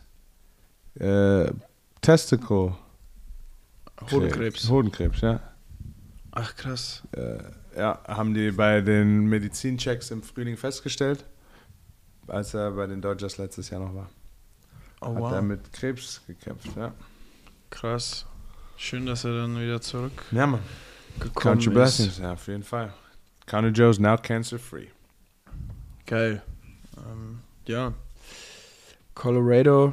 Testicle Hodenkrebs, ja. Ach krass. Haben die bei den Medizinchecks im Frühling festgestellt, als er bei den Dodgers letztes Jahr noch war. Oh, Hat wow. er mit Krebs gekämpft, ja. Krass. Schön, dass er dann wieder zurück Ja, Mann. gekommen Count your ist. blessings, ja, auf jeden Fall. Connor Joe is now cancer-free. Geil. Ja. Colorado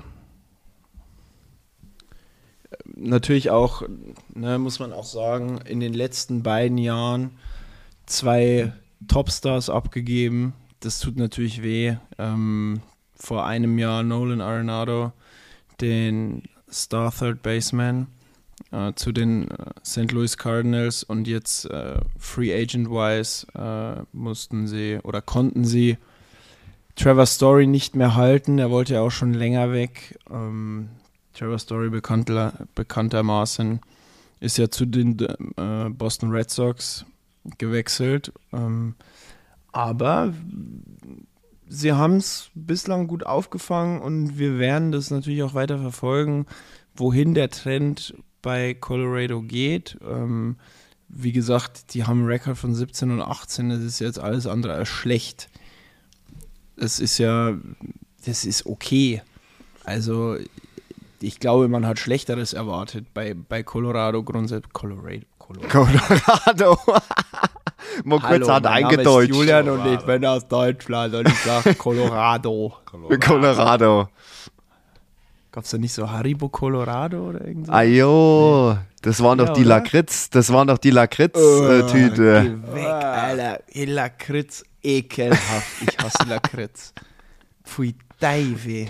natürlich auch, ne, muss man auch sagen, in den letzten beiden Jahren 2 Topstars abgegeben. Das tut natürlich weh. Vor einem Jahr Nolan Arenado, den Star Third Baseman, zu den St. Louis Cardinals, und jetzt Free Agent-wise konnten sie Trevor Story nicht mehr halten. Er wollte ja auch schon länger weg. Trevor Story bekanntermaßen ist ja zu den Boston Red Sox gewechselt. Aber sie haben es bislang gut aufgefangen und wir werden das natürlich auch weiter verfolgen, wohin der Trend bei Colorado geht. Wie gesagt, die haben einen Rekord von 17 und 18, das ist jetzt alles andere als schlecht. Das ist okay. Also ich glaube, man hat Schlechteres erwartet bei Colorado grundsätzlich. Colorado. Mal kurz hat mein Name eingedeutscht. ist Julian und ich bin aus Deutschland und ich sage Colorado. Colorado. Gab es da nicht so Haribo Colorado oder irgendwas? Ajo, das waren doch die oder? Lakritz. Das waren doch die Lakritz-Tüte. Geh weg, Alter. Lakritz, ekelhaft. Ich hasse Lakritz. Pfui Deive.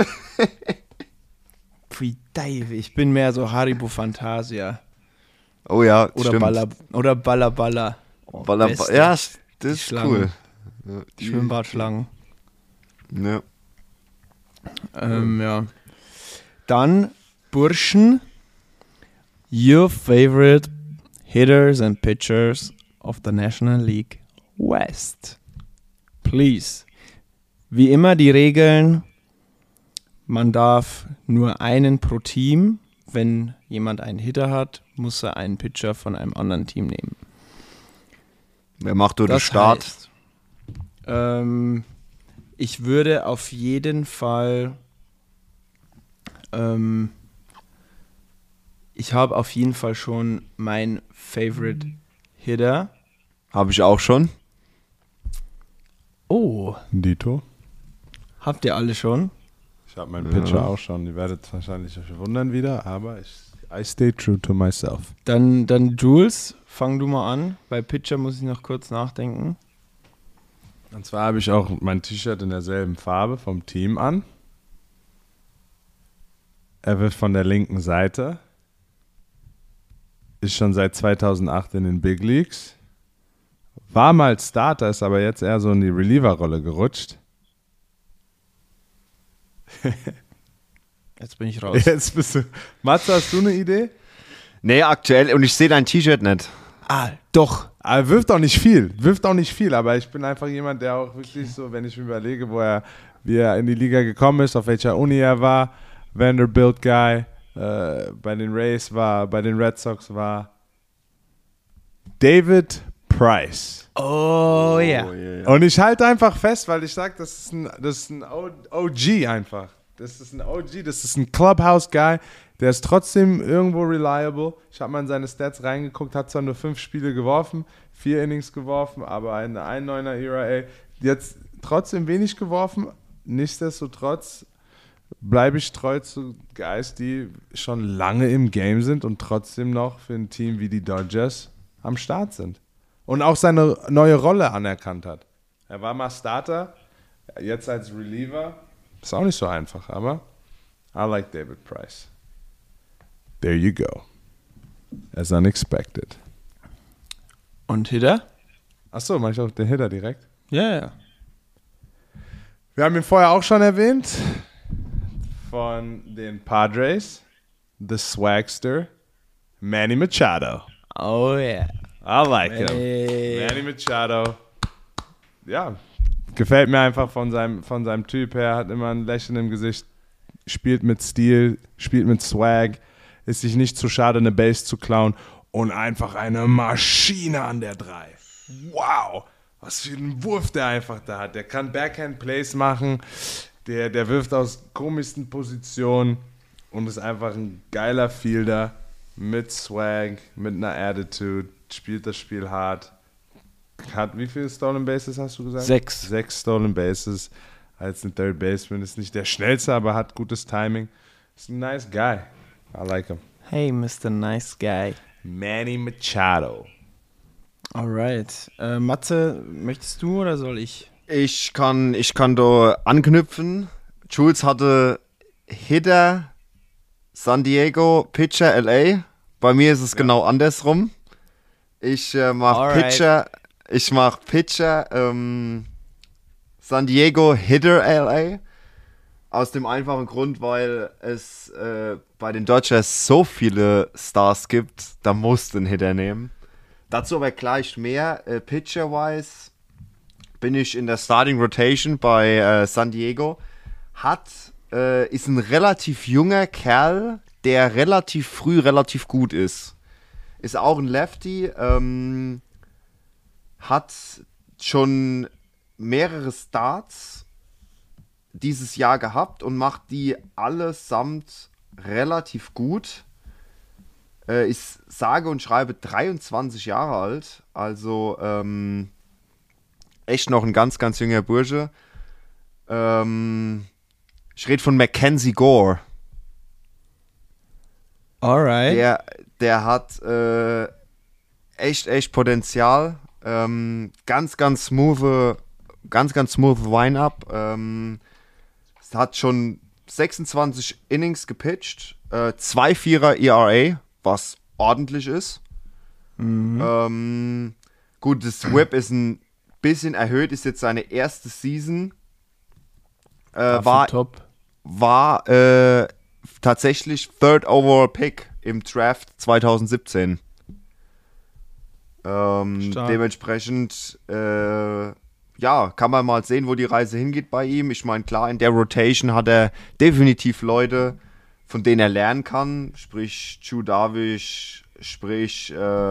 Pfui Deive. Ich bin mehr so Haribo Fantasia. Oh ja, Oder stimmt. Balla Balla. Oh, Beste. Ja, das Die ist Schlangen. cool. Ja, Schwimmbadschlangen. Ja. Ja. Dann, Burschen, your favorite hitters and pitchers of the National League West. Please. Wie immer die Regeln, man darf nur einen pro Team. Wenn jemand einen Hitter hat, muss er einen Pitcher von einem anderen Team nehmen. Wer macht den Start? Heißt, ich würde auf jeden Fall ich habe auf jeden Fall schon mein Favorite Hitter. Habe ich auch schon. Oh, Dito. habt ihr alle schon? Ich habe meinen Pitcher auch schon. Ihr werdet wahrscheinlich euch wundern wieder, aber I stay true to myself. Dann Jules, fang du mal an. Bei Pitcher muss ich noch kurz nachdenken. Und zwar habe ich auch mein T-Shirt in derselben Farbe vom Team an. Er wird von der linken Seite. Ist schon seit 2008 in den Big Leagues. War mal Starter, ist aber jetzt eher so in die Reliever-Rolle gerutscht. Jetzt bin ich raus. Jetzt bist du. Matze, hast du eine Idee? Nee, aktuell. Und ich sehe dein T-Shirt nicht. Doch. Er wirft auch nicht viel, aber ich bin einfach jemand, der auch wirklich so, wenn ich mir überlege, wie er in die Liga gekommen ist, auf welcher Uni er war, Vanderbilt Guy, bei den Rays war, bei den Red Sox war, David Price. Oh ja. Und ich halte einfach fest, weil ich sage, das ist ein OG einfach. Das ist ein OG, das ist ein Clubhouse-Guy, der ist trotzdem irgendwo reliable. Ich habe mal in seine Stats reingeguckt, hat zwar nur 5 Spiele geworfen, 4 Innings geworfen, aber eine 1,9er ERA. Jetzt trotzdem wenig geworfen, nichtsdestotrotz bleibe ich treu zu Guys, die schon lange im Game sind und trotzdem noch für ein Team wie die Dodgers am Start sind. Und auch seine neue Rolle anerkannt hat. Er war mal Starter, jetzt als Reliever. Ist auch nicht so einfach, aber I like David Price. There you go. As unexpected. Und Hitter? Achso, mach ich auch den Hitter direkt? Ja. Wir haben ihn vorher auch schon erwähnt. Von den Padres. The Swagster. Manny Machado. Oh ja. I like him. Manny Machado. Ja, gefällt mir einfach von seinem Typ her. Hat immer ein Lächeln im Gesicht. Spielt mit Stil, spielt mit Swag. Ist sich nicht zu schade, eine Base zu klauen. Und einfach eine Maschine an der 3. Wow, was für einen Wurf der einfach da hat. Der kann Backhand-Plays machen. Der wirft aus komischsten Positionen. Und ist einfach ein geiler Fielder. Mit Swag, mit einer Attitude. Spielt das Spiel hart. Hat wie viele Stolen Bases hast du gesagt? 6. 6 Stolen Bases. als ein Third Baseman. Ist nicht der schnellste, aber hat gutes Timing. Ist ein nice guy. I like him. Hey, Mr. Nice Guy. Manny Machado. Alright. Matze, möchtest du oder soll ich? Ich kann da anknüpfen. Jules hatte Hitter San Diego, Pitcher LA. Bei mir ist es genau andersrum. Ich mach Pitcher San Diego, Hitter LA. Aus dem einfachen Grund, weil es bei den Dodgers so viele Stars gibt, da musst du einen Hitter nehmen. Dazu aber gleich mehr. Pitcher-wise bin ich in der Starting Rotation bei San Diego. Ist ein relativ junger Kerl, der relativ früh relativ gut ist. Ist auch ein Lefty. Hat schon mehrere Starts dieses Jahr gehabt und macht die allesamt relativ gut. Ist sage und schreibe 23 Jahre alt, also echt noch ein ganz, ganz junger Bursche. Ich rede von Mackenzie Gore. Alright. Der hat echt Potenzial. Ganz smooth Line-Up. Hat schon 26 Innings gepitcht, 2,4er ERA, was ordentlich ist. Gut, das Whip ist ein bisschen erhöht, ist jetzt seine erste Season. War tatsächlich Third Overall Pick im Draft 2017. Dementsprechend kann man mal sehen, wo die Reise hingeht bei ihm. Ich meine, klar, in der Rotation hat er definitiv Leute, von denen er lernen kann. Sprich, Chu Darvish, sprich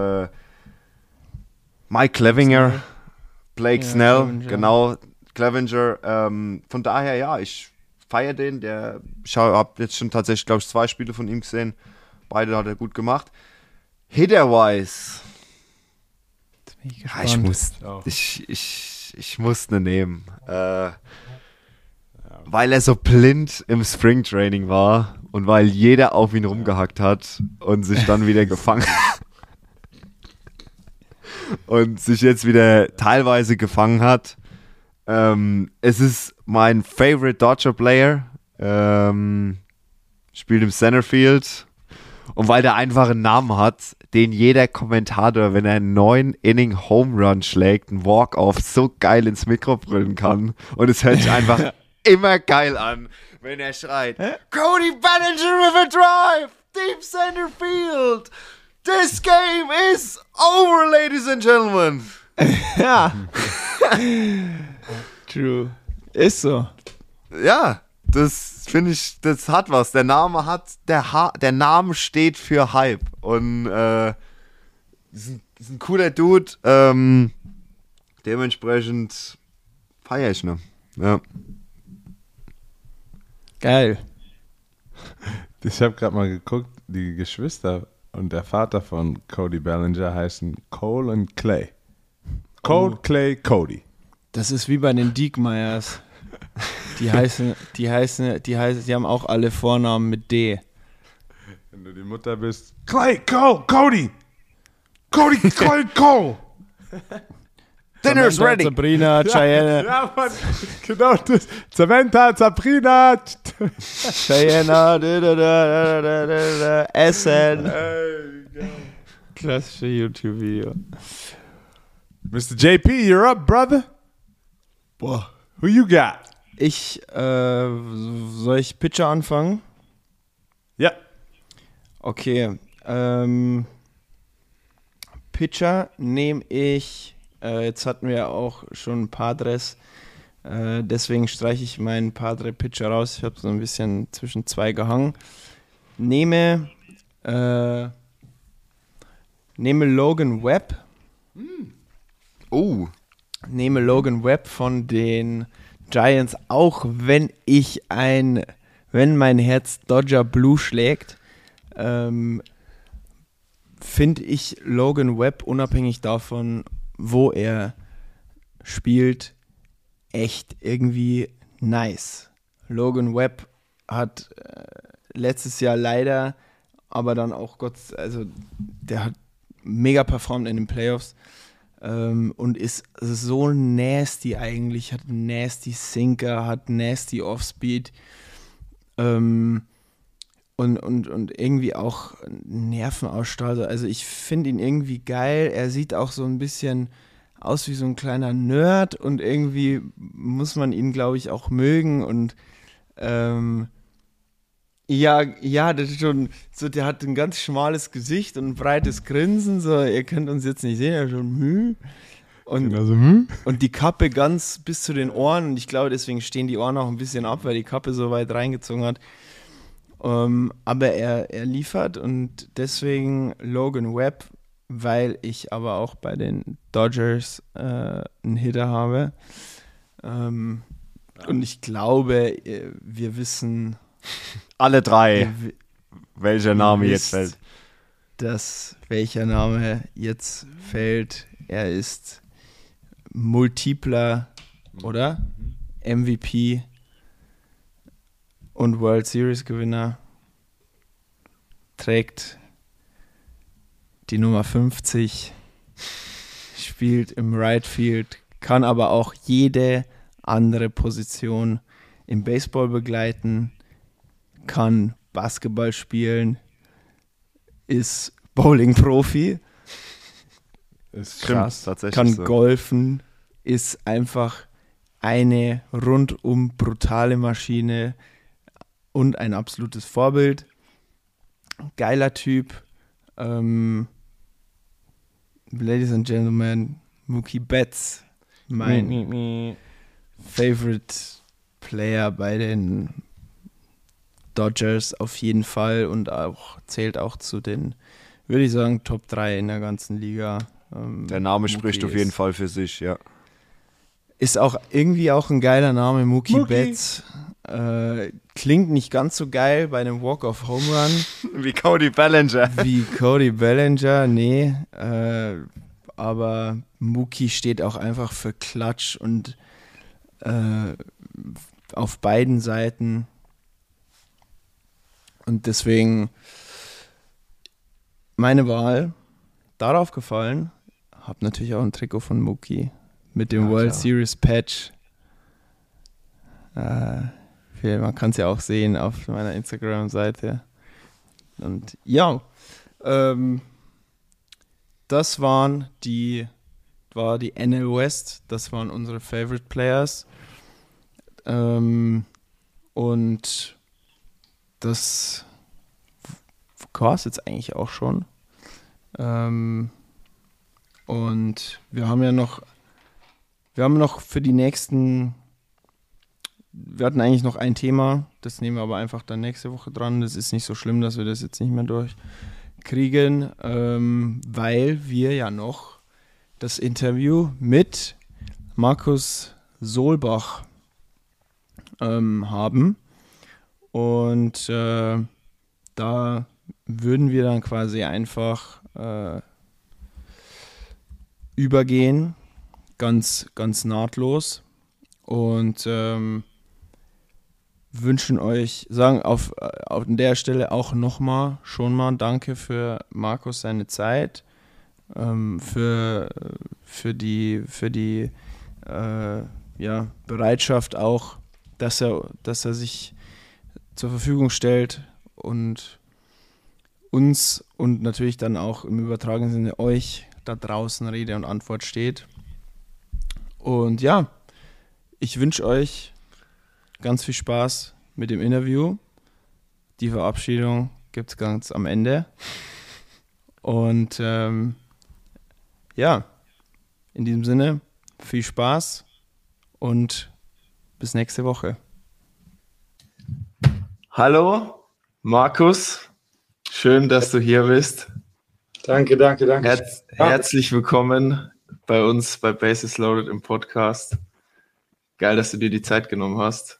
Mike Clevinger, Blake Snell, Clevinger. genau, Clevinger. Von daher, ja, ich feiere den. Ich habe jetzt schon tatsächlich, glaube ich, 2 Spiele von ihm gesehen. Beide hat er gut gemacht. Hitter-wise. Ich muss ne nehmen. Weil er so blind im Springtraining war und weil jeder auf ihn rumgehackt hat und sich dann wieder gefangen und sich jetzt wieder teilweise gefangen hat. Es ist mein Favorite Dodger Player. Spielt im Centerfield. Und weil der einfach einen Namen hat, den jeder Kommentator, wenn er einen 9-Inning-Home-Run schlägt, einen Walk-Off, so geil ins Mikro brüllen kann. Und es hört sich einfach immer geil an, wenn er schreit, Cody Bellinger with a drive, deep center field. This game is over, ladies and gentlemen. Ja. True. Ist so. Ja, das finde ich, das hat was. Der Name steht für Hype. Und ist ein cooler Dude. Dementsprechend feiere ich ne. Ja. Geil. Ich habe gerade mal geguckt, die Geschwister und der Vater von Cody Bellinger heißen Cole und Clay. Cole, Clay, Cody. Das ist wie bei den Diekmeyers. Die haben auch alle Vornamen mit D. Wenn du die Mutter bist, Clay, Cole, Cody. Cody, Clay, Cole. Dinner's ready. Sabrina, Cheyenne. Ja, Mann, genau das. Samantha, Sabrina. Cheyenne, Essen. Klassische YouTube-Video. Mr. JP, you're up, brother. Boah, who you got? Soll ich Pitcher anfangen? Ja. Okay. Pitcher nehme ich. Jetzt hatten wir auch schon Padres. Deswegen streiche ich meinen Padre-Pitcher raus. Ich habe so ein bisschen zwischen 2 gehangen. Nehme Logan Webb. Oh. Nehme Logan Webb von den Giants, auch wenn mein Herz Dodger Blue schlägt, finde ich Logan Webb, unabhängig davon, wo er spielt, echt irgendwie nice. Logan Webb hat letztes Jahr leider, aber dann auch der hat mega performt in den Playoffs und ist so nasty eigentlich, hat einen nasty Sinker, hat nasty Offspeed und irgendwie auch Nervenausstrahlung. Also ich finde ihn irgendwie geil. Er sieht auch so ein bisschen aus wie so ein kleiner Nerd und irgendwie muss man ihn, glaube ich, auch mögen und ja, das ist schon so, der hat ein ganz schmales Gesicht und ein breites Grinsen, so, ihr könnt uns jetzt nicht sehen, er ist schon und die Kappe ganz bis zu den Ohren und ich glaube, deswegen stehen die Ohren auch ein bisschen ab, weil die Kappe so weit reingezogen hat. Aber er liefert und deswegen Logan Webb, weil ich aber auch bei den Dodgers einen Hitter habe. Und ich glaube, wir wissen Alle drei, welcher Name jetzt fällt. Welcher Name jetzt fällt. Er ist multipler, oder? MVP und World Series Gewinner. Trägt die Nummer 50, spielt im Right Field, kann aber auch jede andere Position im Baseball begleiten, kann Basketball spielen, ist Bowling-Profi, Ist krass, tatsächlich kann so. golfen, ist einfach eine rundum brutale Maschine und ein absolutes Vorbild. Geiler Typ. Ladies and Gentlemen, Mookie Betts, mein Favorite Player bei den Dodgers auf jeden Fall und zählt auch zu den, würde ich sagen, Top 3 in der ganzen Liga. Der Name spricht auf jeden Fall für sich, ja. Ist auch irgendwie auch ein geiler Name, Mookie Betts. Klingt nicht ganz so geil bei einem Walk-of-Home-Run. Wie Cody Bellinger. Nee. Aber Mookie steht auch einfach für Klatsch und auf beiden Seiten. Und deswegen meine Wahl darauf gefallen. Hab natürlich auch ein Trikot von Mookie mit dem World Series Patch. Man kann es ja auch sehen auf meiner Instagram-Seite. Und ja, das war die NL West, das waren unsere Favorite Players. Und das war es jetzt eigentlich auch schon. Und wir haben noch für die nächsten, wir hatten eigentlich noch ein Thema, das nehmen wir aber einfach dann nächste Woche dran. Das ist nicht so schlimm, dass wir das jetzt nicht mehr durchkriegen, weil wir ja noch das Interview mit Markus Solbach haben. Und da würden wir dann quasi einfach übergehen, ganz, ganz nahtlos und wünschen euch, sagen auf der Stelle auch schon mal Danke für Markus seine Zeit, für die Bereitschaft auch, dass er sich zur Verfügung stellt und uns und natürlich dann auch im übertragenen Sinne euch da draußen Rede und Antwort steht. Und ja, ich wünsche euch ganz viel Spaß mit dem Interview. Die Verabschiedung gibt es ganz am Ende. Und in diesem Sinne, viel Spaß und bis nächste Woche. Hallo, Markus. Schön, dass du hier bist. Danke. Herzlich willkommen bei uns bei Bases Loaded im Podcast. Geil, dass du dir die Zeit genommen hast.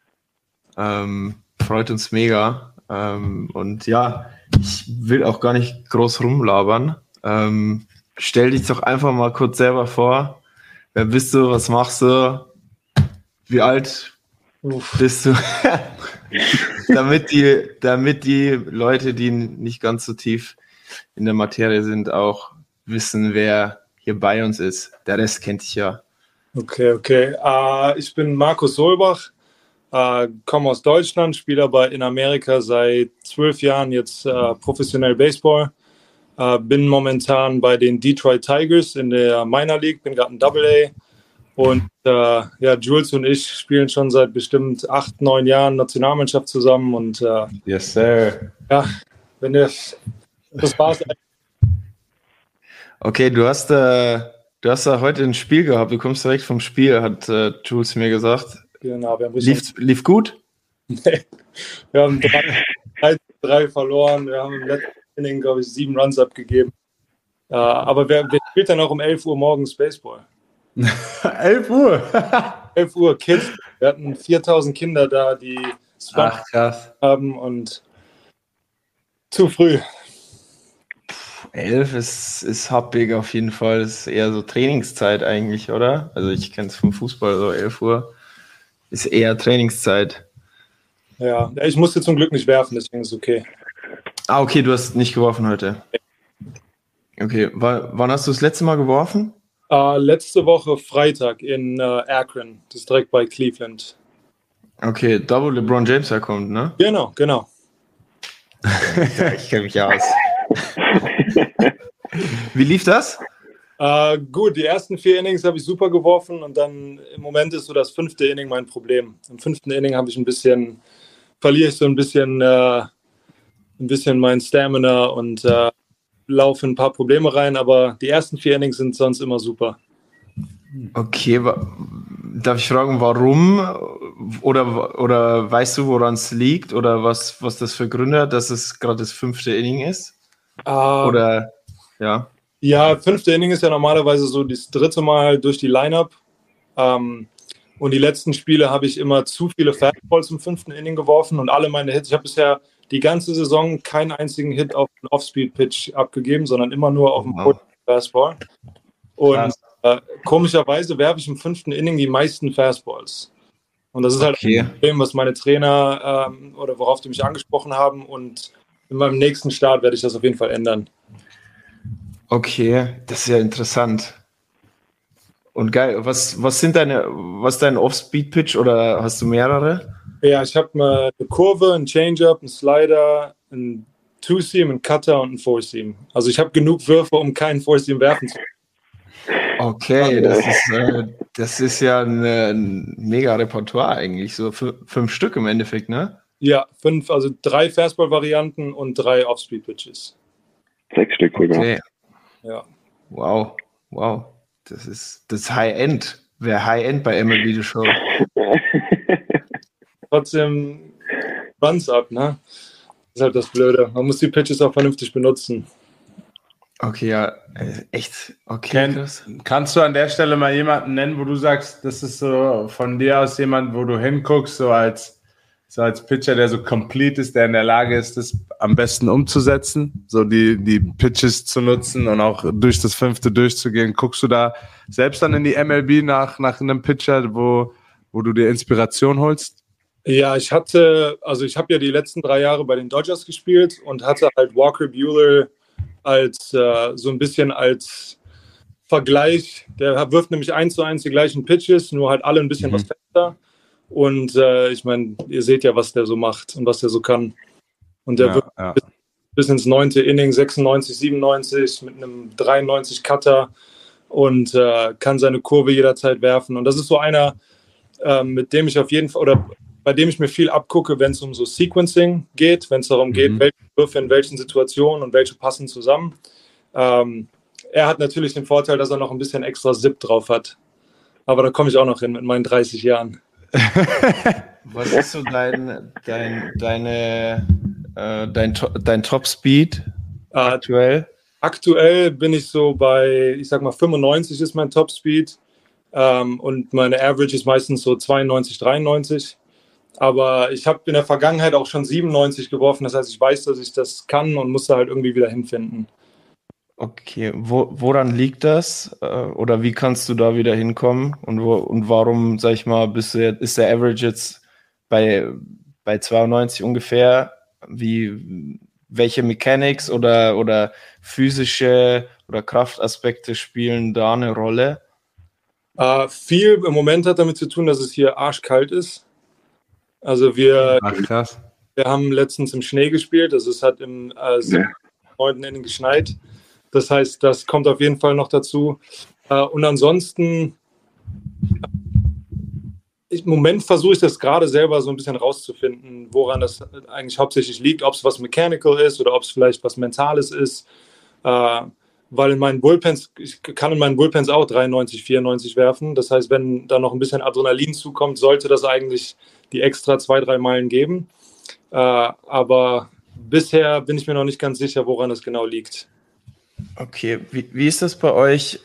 Freut uns mega. Und ja, ich will auch gar nicht groß rumlabern. Stell dich doch einfach mal kurz selber vor. Wer bist du? Was machst du? Wie alt bist du, damit die Leute, die nicht ganz so tief in der Materie sind, auch wissen, wer hier bei uns ist. Der Rest kennt dich ja. Okay. Ich bin Markus Solbach, komme aus Deutschland, spiele aber in Amerika seit 12 Jahren jetzt professionell Baseball. Bin momentan bei den Detroit Tigers in der Minor League, bin gerade in AA. Und Jules und ich spielen schon seit bestimmt 8, 9 Jahren Nationalmannschaft zusammen. Und Yes, sir. ja, das war's. Okay, du hast da heute ein Spiel gehabt. Du kommst direkt vom Spiel, hat Jules mir gesagt. Genau, Lief gut? Wir haben 3 verloren. Wir haben im letzten Inning, glaube ich, 7 Runs abgegeben. Aber wer spielt dann auch um 11 Uhr morgens Baseball? 11 Uhr? 11 Uhr, Kids. Wir hatten 4000 Kinder da, die Ach, krass. haben und zu früh. 11 ist happig auf jeden Fall. Das ist eher so Trainingszeit eigentlich, oder? Also ich kenne es vom Fußball, so 11 Uhr ist eher Trainingszeit. Ja, ich musste zum Glück nicht werfen, deswegen ist es okay. Ah, okay, du hast nicht geworfen heute. Okay, wann hast du das letzte Mal geworfen? Letzte Woche Freitag in Akron, das ist direkt bei Cleveland. Okay, da wo LeBron James herkommt, ne? Genau. Ja, ich kenne mich aus. Wie lief das? Gut, die ersten 4 Innings habe ich super geworfen und dann im Moment ist so das 5. Inning mein Problem. Im 5. Inning verliere ich so ein bisschen mein Stamina und laufe ein paar Probleme rein, aber die ersten 4 Innings sind sonst immer super. Okay, darf ich fragen, warum? Oder weißt du, woran es liegt? Oder was das für Gründe hat, dass es gerade das 5. Inning ist? Oder, ja. Ja, 5. Inning ist ja normalerweise so das 3. Mal durch die Line-Up. Und die letzten Spiele habe ich immer zu viele Fastballs im 5. Inning geworfen und alle meine Hits. Ich habe bisher die ganze Saison keinen einzigen Hit auf einen Off-Speed-Pitch abgegeben, sondern immer nur auf einen Fastball. Und komischerweise werfe ich im 5. Inning die meisten Fastballs. Und das ist halt ein Problem, was meine Trainer oder worauf die mich angesprochen haben. Und in meinem nächsten Start werde ich das auf jeden Fall ändern. Okay, das ist ja interessant. Und geil, was ist dein Off-Speed-Pitch oder hast du mehrere? Ja, ich habe eine Kurve, einen Change-Up, einen Slider, einen Two-Seam, einen Cutter und einen Four-Seam. Also ich habe genug Würfe, um keinen Four-Seam werfen zu können. Okay, das ist ja ein mega Repertoire eigentlich, so 5 Stück im Endeffekt, ne? Ja, 5, also 3 Fastball-Varianten und 3 Off-Speed-Pitches. 6 Stück sogar. Okay. Ja. Wow. Das ist High-End. Wäre High-End bei MLB The Show. Trotzdem Runs ab, ne? Das ist halt das Blöde. Man muss die Pitches auch vernünftig benutzen. Okay, ja, echt. Okay, Kannst du an der Stelle mal jemanden nennen, wo du sagst, das ist so von dir aus jemand, wo du hinguckst, so als Pitcher, der so complete ist, der in der Lage ist, das am besten umzusetzen, so die Pitches zu nutzen und auch durch das 5. durchzugehen? Guckst du da selbst dann in die MLB nach einem Pitcher, wo du dir Inspiration holst? Ja, ich habe ja die letzten 3 Jahre bei den Dodgers gespielt und hatte halt Walker Buehler als so ein bisschen als Vergleich. Der wirft nämlich 1:1 die gleichen Pitches, nur halt alle ein bisschen was fester. Und ich meine, ihr seht ja, was der so macht und was der so kann. Und der wird bis ins 9. Inning, 96, 97 mit einem 93 Cutter und kann seine Kurve jederzeit werfen. Und das ist so einer, mit dem ich auf jeden Fall, oder bei dem ich mir viel abgucke, wenn es um so Sequencing geht, wenn es darum geht, welche Würfe in welchen Situationen und welche passen zusammen. Er hat natürlich den Vorteil, dass er noch ein bisschen extra Zip drauf hat. Aber da komme ich auch noch hin mit meinen 30 Jahren. Was ist so dein Top-Speed aktuell? Aktuell bin ich so bei, ich sag mal 95 ist mein Top-Speed und meine Average ist meistens so 92, 93. Aber ich habe in der Vergangenheit auch schon 97 geworfen, das heißt, ich weiß, dass ich das kann und muss da halt irgendwie wieder hinfinden. Okay, woran liegt das? Oder wie kannst du da wieder hinkommen? Und warum, sag ich mal, ist der Average jetzt bei 92 ungefähr, welche Mechanics oder physische oder Kraftaspekte spielen da eine Rolle? Viel im Moment hat damit zu tun, dass es hier arschkalt ist. Also Ach, krass. wir haben letztens im Schnee gespielt, also es hat im 9. Inning geschneit. Das heißt, das kommt auf jeden Fall noch dazu. Und ansonsten, im Moment versuche ich das gerade selber so ein bisschen rauszufinden, woran das eigentlich hauptsächlich liegt, ob es was Mechanical ist oder ob es vielleicht was Mentales ist. Weil in meinen Bullpens, ich kann in meinen Bullpens auch 93, 94 werfen. Das heißt, wenn da noch ein bisschen Adrenalin zukommt, sollte das eigentlich die extra 2-3 Meilen geben. Aber bisher bin ich mir noch nicht ganz sicher, woran das genau liegt. Okay, wie ist das bei euch?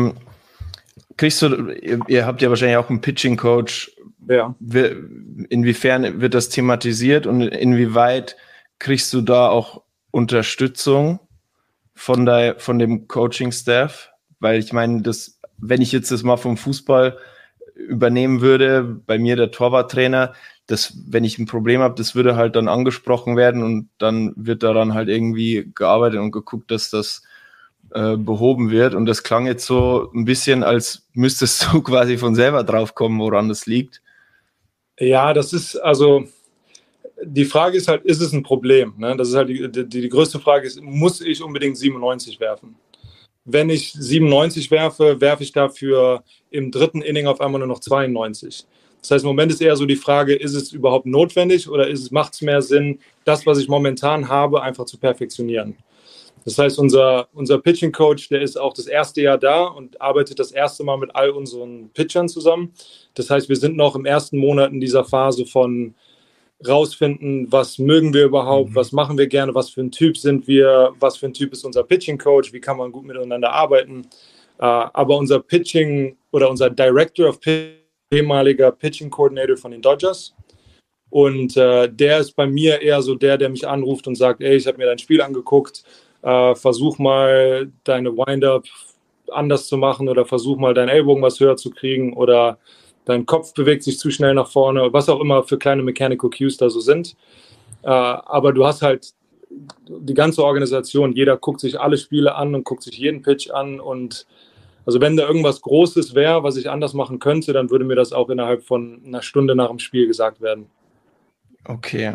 Ihr habt ja wahrscheinlich auch einen Pitching-Coach. Ja. Inwiefern wird das thematisiert und inwieweit kriegst du da auch Unterstützung von dem Coaching-Staff? Weil ich meine, wenn ich jetzt das mal vom Fußball übernehmen würde, bei mir der Torwarttrainer, wenn ich ein Problem habe, das würde halt dann angesprochen werden und dann wird daran halt irgendwie gearbeitet und geguckt, dass das behoben wird. Und das klang jetzt so ein bisschen, als müsstest du quasi von selber drauf kommen, woran das liegt. Ja, das ist, also die Frage ist halt, ist es ein Problem? Ne? Das ist halt die größte Frage ist, muss ich unbedingt 97 werfen? Wenn ich 97 werfe, werfe ich dafür im 3. Inning auf einmal nur noch 92. Das heißt, im Moment ist eher so die Frage, ist es überhaupt notwendig oder macht es mehr Sinn, das, was ich momentan habe, einfach zu perfektionieren? Das heißt, unser Pitching-Coach, der ist auch das erste Jahr da und arbeitet das erste Mal mit all unseren Pitchern zusammen. Das heißt, wir sind noch im ersten Monat in dieser Phase von rausfinden, was mögen wir überhaupt, was machen wir gerne, was für ein Typ sind wir, was für ein Typ ist unser Pitching-Coach, wie kann man gut miteinander arbeiten. Aber unser Pitching oder unser Director of Pitching, ehemaliger Pitching-Coordinator von den Dodgers, und der ist bei mir eher so der mich anruft und sagt, ey, ich habe mir dein Spiel angeguckt, versuch mal deine Wind-Up anders zu machen oder versuch mal deinen Ellbogen was höher zu kriegen oder dein Kopf bewegt sich zu schnell nach vorne, was auch immer für kleine Mechanical Cues da so sind. Aber du hast halt die ganze Organisation, jeder guckt sich alle Spiele an und guckt sich jeden Pitch an und also wenn da irgendwas Großes wäre, was ich anders machen könnte, dann würde mir das auch innerhalb von einer Stunde nach dem Spiel gesagt werden. Okay,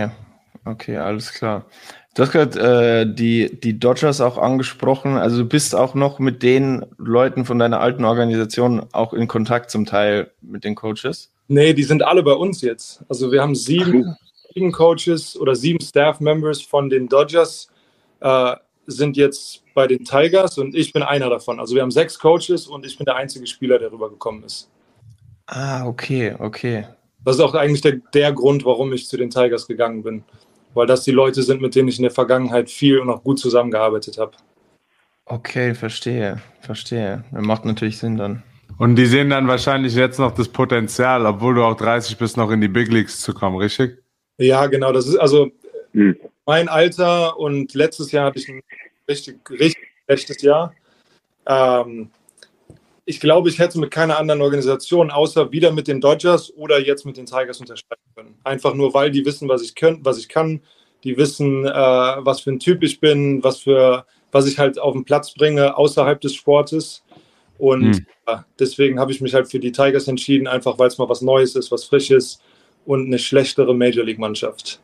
alles klar. Du hast gerade die Dodgers auch angesprochen. Also du bist auch noch mit den Leuten von deiner alten Organisation auch in Kontakt zum Teil mit den Coaches? Nee, die sind alle bei uns jetzt. Also wir haben 7 Coaches oder 7 Staff-Members von den Dodgers sind jetzt bei den Tigers und ich bin einer davon. Also wir haben 6 Coaches und ich bin der einzige Spieler, der rübergekommen ist. Ah, okay. Das ist auch eigentlich der Grund, warum ich zu den Tigers gegangen bin. Weil das die Leute sind, mit denen ich in der Vergangenheit viel und auch gut zusammengearbeitet habe. Okay, verstehe. Das macht natürlich Sinn dann. Und die sehen dann wahrscheinlich jetzt noch das Potenzial, obwohl du auch 30 bist, noch in die Big Leagues zu kommen, richtig? Ja, genau. Das ist also mein Alter und letztes Jahr hatte ich ein richtig schlechtes Jahr. Ich glaube, ich hätte mit keiner anderen Organisation, außer wieder mit den Dodgers oder jetzt mit den Tigers unterschreiben können. Einfach nur, weil die wissen, was ich kann. Die wissen, was für ein Typ ich bin, was ich halt auf den Platz bringe außerhalb des Sportes. Und deswegen habe ich mich halt für die Tigers entschieden, einfach weil es mal was Neues ist, was Frisches und eine schlechtere Major League Mannschaft.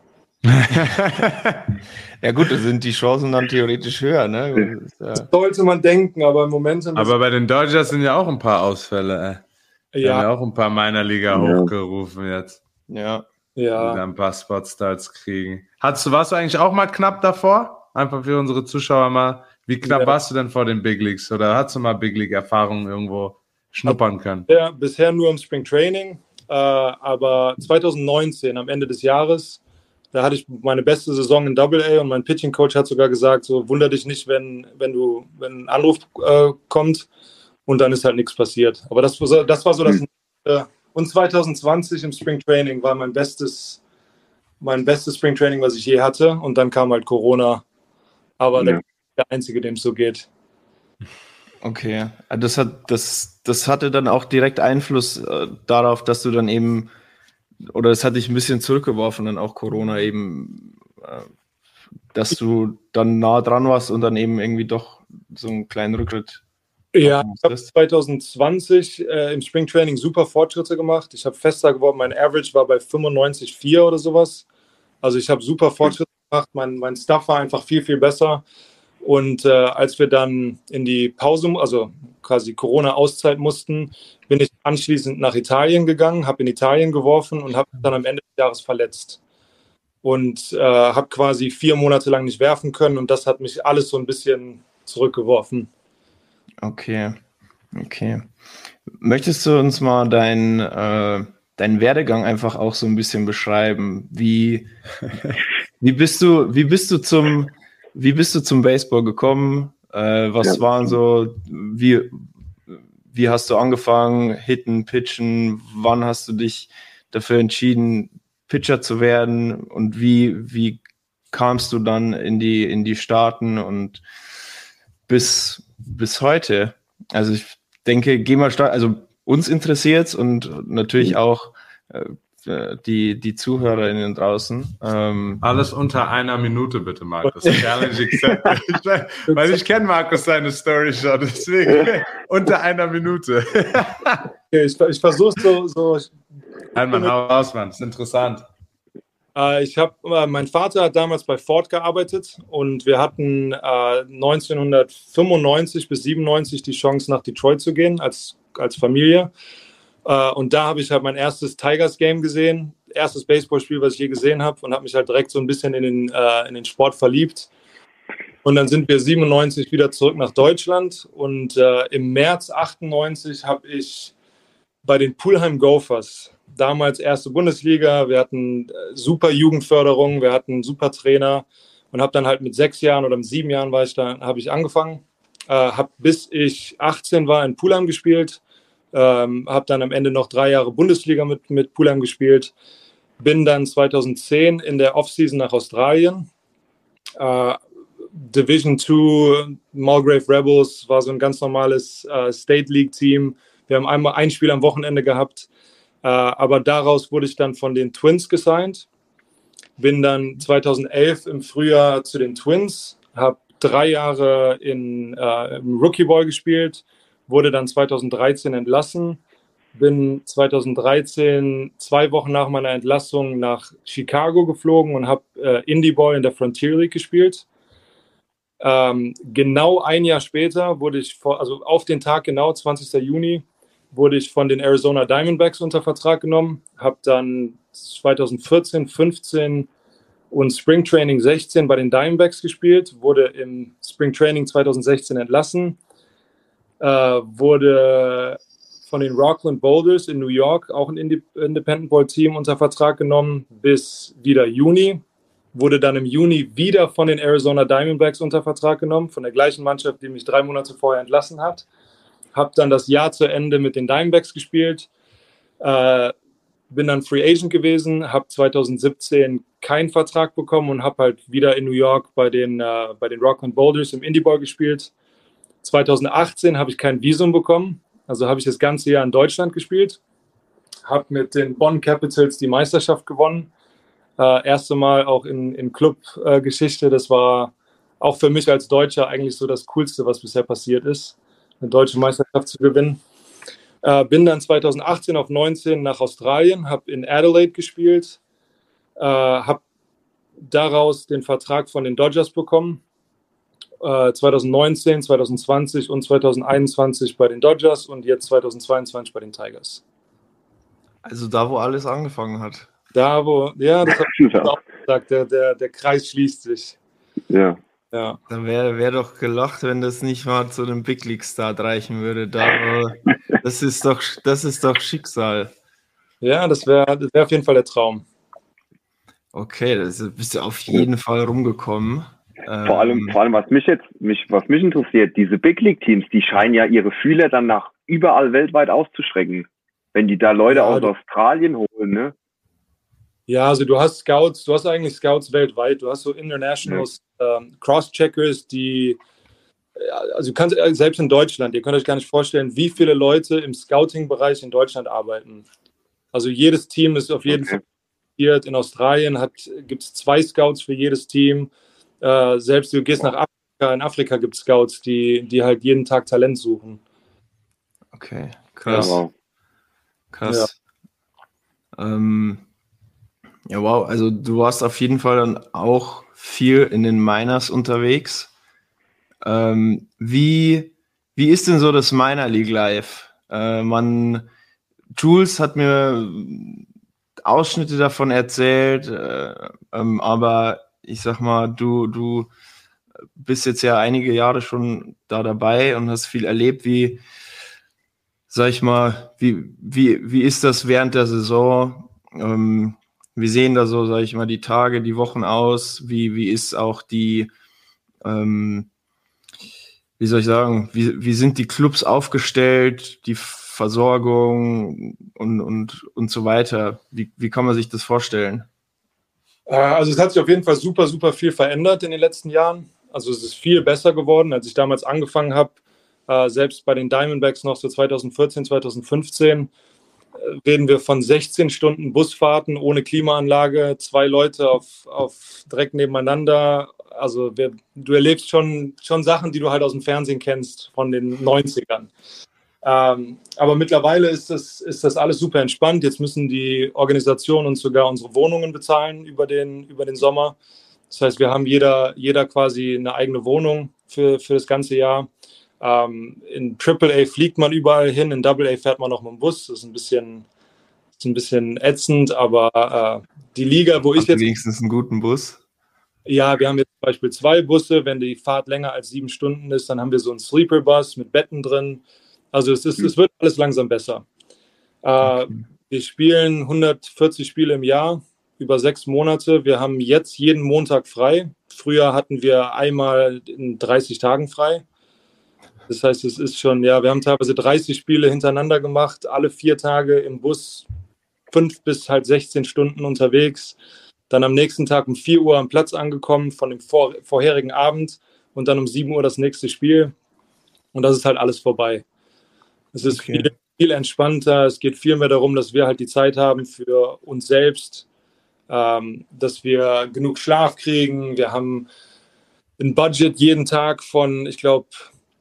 Ja gut, da sind die Chancen dann theoretisch höher, ne? Das sollte man denken, aber im Moment sind Aber bei den Dodgers sind ja auch ein paar Ausfälle. Die haben ja auch ein paar Meiner-Liga hochgerufen jetzt. Ja. Die da ein paar Spotstarts kriegen. Warst du eigentlich auch mal knapp davor? Einfach für unsere Zuschauer mal. Wie knapp warst du denn vor den Big Leagues? Oder hast du mal Big League-Erfahrungen irgendwo schnuppern können? Ja, bisher nur im Spring Training. Aber 2019, am Ende des Jahres, da hatte ich meine beste Saison in AA und mein Pitching-Coach hat sogar gesagt, so wunder dich nicht, wenn ein Anruf kommt und dann ist halt nichts passiert. Aber das war so das. Und 2020 im Spring Training war mein bestes Spring Training, was ich je hatte. Und dann kam halt Corona. Aber der Einzige, dem es so geht. Okay. Das hatte dann auch direkt Einfluss darauf, dass du dann eben oder es hat dich ein bisschen zurückgeworfen, dann auch Corona eben, dass du dann nah dran warst und dann eben irgendwie doch so einen kleinen Rückschritt. Ja, ich habe 2020 im Springtraining super Fortschritte gemacht. Ich habe fester geworden, mein Average war bei 95,4 oder sowas. Also ich habe super Fortschritte gemacht, mein Stuff war einfach viel, viel besser. Und als wir dann in die Pause, also quasi Corona-Auszeit mussten, bin ich anschließend nach Italien gegangen, habe in Italien geworfen und habe dann am Ende des Jahres verletzt. Und habe quasi 4 Monate lang nicht werfen können und das hat mich alles so ein bisschen zurückgeworfen. Okay. Möchtest du uns mal deinen Werdegang einfach auch so ein bisschen beschreiben? Wie bist du zum Baseball gekommen? Was waren so, wie hast du angefangen, hitten, pitchen? Wann hast du dich dafür entschieden, Pitcher zu werden? Und wie kamst du dann in die Staaten und bis heute? Also ich denke, also uns interessiert es und natürlich auch die ZuhörerInnen draußen. Alles unter 1 Minute bitte, Markus. Challenge accepted. Weil ich kenne Markus seine Story schon, deswegen unter 1 Minute. Okay, ich versuche so. Mann, hau raus, Mann. Das ist interessant. Mein Vater hat damals bei Ford gearbeitet und wir hatten 1995 bis 97 die Chance, nach Detroit zu gehen als Familie. Und da habe ich halt mein erstes Tigers-Game gesehen, erstes Baseballspiel, was ich je gesehen habe, und habe mich halt direkt so ein bisschen in den Sport verliebt. Und dann sind wir 97 wieder zurück nach Deutschland und im März 98 habe ich bei den Pulheim Gophers, damals erste Bundesliga, wir hatten super Jugendförderung, wir hatten super Trainer und habe dann halt mit 6 Jahren oder mit 7 Jahren habe ich angefangen, habe bis ich 18 war in Pulheim gespielt, habe dann am Ende noch 3 Jahre Bundesliga mit Pulheim gespielt, bin dann 2010 in der Offseason nach Australien, Division 2, Mulgrave Rebels war so ein ganz normales State League Team. Wir haben einmal ein Spiel am Wochenende gehabt, aber daraus wurde ich dann von den Twins gesigned. Bin dann 2011 im Frühjahr zu den Twins, habe 3 Jahre im Rookie Ball gespielt, wurde dann 2013 entlassen, bin 2013 2 Wochen nach meiner Entlassung nach Chicago geflogen und habe Indie Ball in der Frontier League gespielt. Genau ein Jahr später wurde ich, also auf den Tag genau, 20. Juni, wurde ich von den Arizona Diamondbacks unter Vertrag genommen, habe dann 2014, 15 und Spring Training 16 bei den Diamondbacks gespielt, wurde im Spring Training 2016 entlassen, wurde von den Rockland Boulders in New York, auch ein Independent Ball Team, unter Vertrag genommen bis wieder Juni, wurde dann im Juni wieder von den Arizona Diamondbacks unter Vertrag genommen, von der gleichen Mannschaft, die mich 3 Monate vorher entlassen hat. Habe dann das Jahr zu Ende mit den Diamondbacks gespielt, bin dann Free Agent gewesen, habe 2017 keinen Vertrag bekommen und habe halt wieder in New York bei den Rockland Boulders im Indie Ball gespielt. 2018 habe ich kein Visum bekommen, also habe ich das ganze Jahr in Deutschland gespielt, habe mit den Bonn Capitals die Meisterschaft gewonnen. Erste Mal auch in Club-Geschichte. Das war auch für mich als Deutscher eigentlich so das Coolste, was bisher passiert ist, eine deutsche Meisterschaft zu gewinnen. Bin dann 2018 auf 19 nach Australien, habe in Adelaide gespielt, habe daraus den Vertrag von den Dodgers bekommen. 2019, 2020 und 2021 bei den Dodgers und jetzt 2022 bei den Tigers. Also da, wo alles angefangen hat. Da, wo, ja, das habe ich auch gesagt, der Kreis schließt sich. Ja. Ja. Da wär doch gelacht, wenn das nicht mal zu einem Big League Start reichen würde. Das ist doch Schicksal. Ja, das wäre auf jeden Fall der Traum. Okay, das bist du auf jeden Fall rumgekommen. Vor allem, was mich interessiert, diese Big League Teams, die scheinen ja ihre Fühler dann nach überall weltweit auszustrecken. Wenn die da Leute aus Australien holen, ne? Ja, also du hast eigentlich Scouts weltweit. Du hast so Internationals, Cross-Checkers, also du kannst selbst in Deutschland, ihr könnt euch gar nicht vorstellen, wie viele Leute im Scouting-Bereich in Deutschland arbeiten. Also jedes Team ist auf jeden Fall interessiert. In Australien gibt es 2 Scouts für jedes Team. Selbst du gehst nach Afrika, in Afrika gibt es Scouts, die halt jeden Tag Talent suchen. Okay, krass. Ja. Krass. Ja, wow. Also du warst auf jeden Fall dann auch viel in den Minors unterwegs. Wie ist denn so das Minor League Life? Jules hat mir Ausschnitte davon erzählt, aber ich sag mal, du bist jetzt ja einige Jahre schon da dabei und hast viel erlebt. Sag ich mal, wie ist das während der Saison? Wie sehen da so, sag ich mal, die Tage, die Wochen aus? Wie ist auch die, wie soll ich sagen, wie sind die Clubs aufgestellt, die Versorgung und so weiter? Wie kann man sich das vorstellen? Also es hat sich auf jeden Fall super, super viel verändert in den letzten Jahren. Also es ist viel besser geworden, als ich damals angefangen habe. Selbst bei den Diamondbacks noch so 2014, 2015 reden wir von 16 Stunden Busfahrten ohne Klimaanlage, 2 Leute auf direkt nebeneinander. Also du erlebst schon Sachen, die du halt aus dem Fernsehen kennst von den 90ern. Aber mittlerweile ist das alles super entspannt. Jetzt müssen die Organisationen uns sogar unsere Wohnungen bezahlen über den Sommer. Das heißt, wir haben jeder quasi eine eigene Wohnung für das ganze Jahr. In AAA fliegt man überall hin, in AA fährt man noch mit dem Bus. Das ist ein bisschen ätzend, aber die Liga, wo ich jetzt... Wenigstens einen guten Bus? Ja, wir haben jetzt zum Beispiel 2 Busse. Wenn die Fahrt länger als 7 Stunden ist, dann haben wir so einen Sleeper-Bus mit Betten drin. Also es wird alles langsam besser. Wir spielen 140 Spiele im Jahr, über 6 Monate. Wir haben jetzt jeden Montag frei. Früher hatten wir einmal in 30 Tagen frei. Das heißt, es ist schon, ja, wir haben teilweise 30 Spiele hintereinander gemacht, alle 4 Tage im Bus, 5 bis halt 16 Stunden unterwegs. Dann am nächsten Tag um 4 Uhr am Platz angekommen von dem vorherigen Abend und dann um 7 Uhr das nächste Spiel. Und das ist halt alles vorbei. Es ist viel entspannter. Es geht viel mehr darum, dass wir halt die Zeit haben für uns selbst, dass wir genug Schlaf kriegen. Wir haben ein Budget jeden Tag von, ich glaube,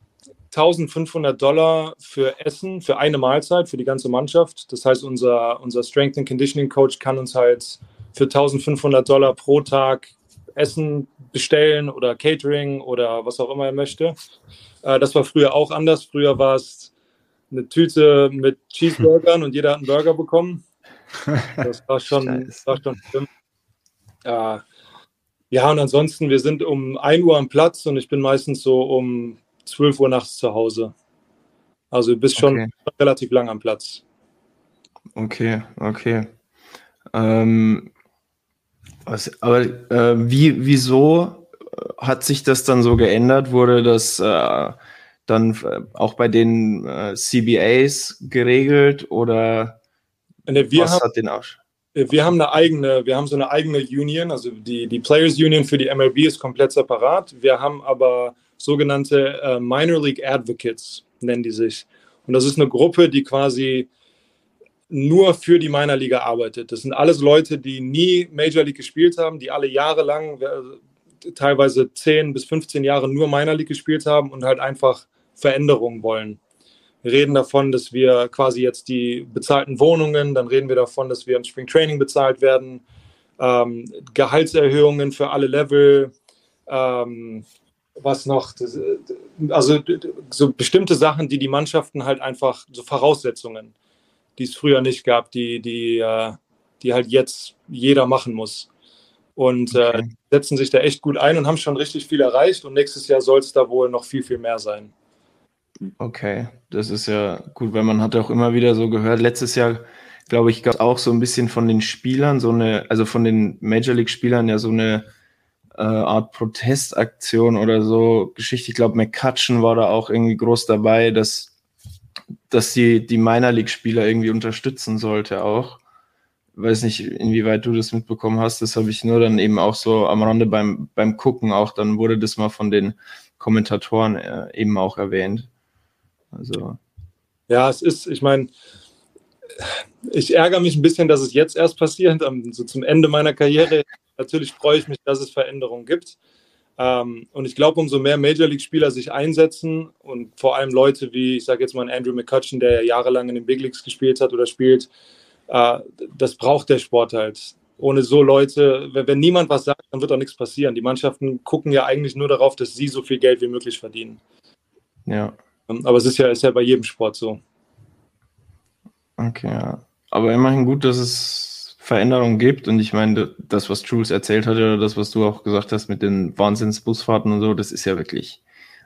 $1.500 für Essen, für eine Mahlzeit, für die ganze Mannschaft. Das heißt, unser Strength and Conditioning Coach kann uns halt für $1.500 pro Tag Essen bestellen oder Catering oder was auch immer er möchte. Das war früher auch anders. Früher war es eine Tüte mit Cheeseburgern und jeder hat einen Burger bekommen. Das war schon schlimm. Ja, und ansonsten, wir sind um 1 Uhr am Platz und ich bin meistens so um 12 Uhr nachts zu Hause. Also du bist schon relativ lang am Platz. Okay. Wieso hat sich das dann so geändert? Wurde das dann auch bei den CBAs geregelt oder Wir haben so eine eigene Union, also die Players Union für die MLB ist komplett separat. Wir haben aber sogenannte Minor League Advocates, nennen die sich. Und das ist eine Gruppe, die quasi nur für die Minor Liga arbeitet. Das sind alles Leute, die nie Major League gespielt haben, die alle jahrelang, teilweise 10 bis 15 Jahre nur Minor League gespielt haben und halt einfach Veränderungen wollen. Wir reden davon, dass wir quasi jetzt die bezahlten Wohnungen, dann reden wir davon, dass wir im Spring Training bezahlt werden, Gehaltserhöhungen für alle Level, was noch, also so bestimmte Sachen, die Mannschaften halt einfach, so Voraussetzungen, die es früher nicht gab, die halt jetzt jeder machen muss. Und setzen sich da echt gut ein und haben schon richtig viel erreicht und nächstes Jahr soll es da wohl noch viel, viel mehr sein. Okay, das ist ja gut, weil man hat auch immer wieder so gehört, letztes Jahr, glaube ich, gab es auch so ein bisschen von den Spielern, also von den Major League-Spielern ja so eine Art Protestaktion oder so Geschichte. Ich glaube, McCutchen war da auch irgendwie groß dabei, dass die Minor League-Spieler irgendwie unterstützen sollte auch. Weiß nicht, inwieweit du das mitbekommen hast, das habe ich nur dann eben auch so am Rande beim Gucken auch, dann wurde das mal von den Kommentatoren eben auch erwähnt. Also. Ja, ich meine, ich ärgere mich ein bisschen, dass es jetzt erst passiert, so zum Ende meiner Karriere. Natürlich freue ich mich, dass es Veränderungen gibt. Und ich glaube, umso mehr Major League-Spieler sich einsetzen und vor allem Leute wie, ich sage jetzt mal, ein Andrew McCutchen, der ja jahrelang in den Big Leagues gespielt hat oder spielt, das braucht der Sport halt. Ohne so Leute, wenn niemand was sagt, dann wird auch nichts passieren. Die Mannschaften gucken ja eigentlich nur darauf, dass sie so viel Geld wie möglich verdienen. Ja. Aber es ist ja bei jedem Sport so. Okay, ja. Aber immerhin gut, dass es Veränderungen gibt. Und ich meine, das, was Jules erzählt hat, oder das, was du auch gesagt hast mit den Wahnsinnsbusfahrten und so, das ist ja wirklich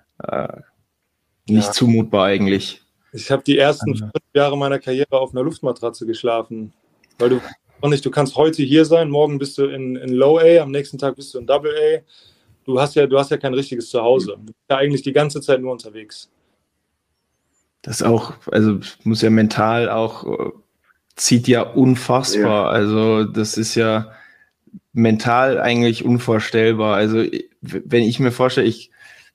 nicht zumutbar eigentlich. Ich habe die ersten 5 Jahre meiner Karriere auf einer Luftmatratze geschlafen. Weil du kannst heute hier sein, morgen bist du in Low A, am nächsten Tag bist du in Double A. Du hast ja kein richtiges Zuhause. Du bist ja eigentlich die ganze Zeit nur unterwegs. Das auch, also muss ja mental auch, zieht ja unfassbar. Ja. Also das ist ja mental eigentlich unvorstellbar. Also wenn ich mir vorstelle, ich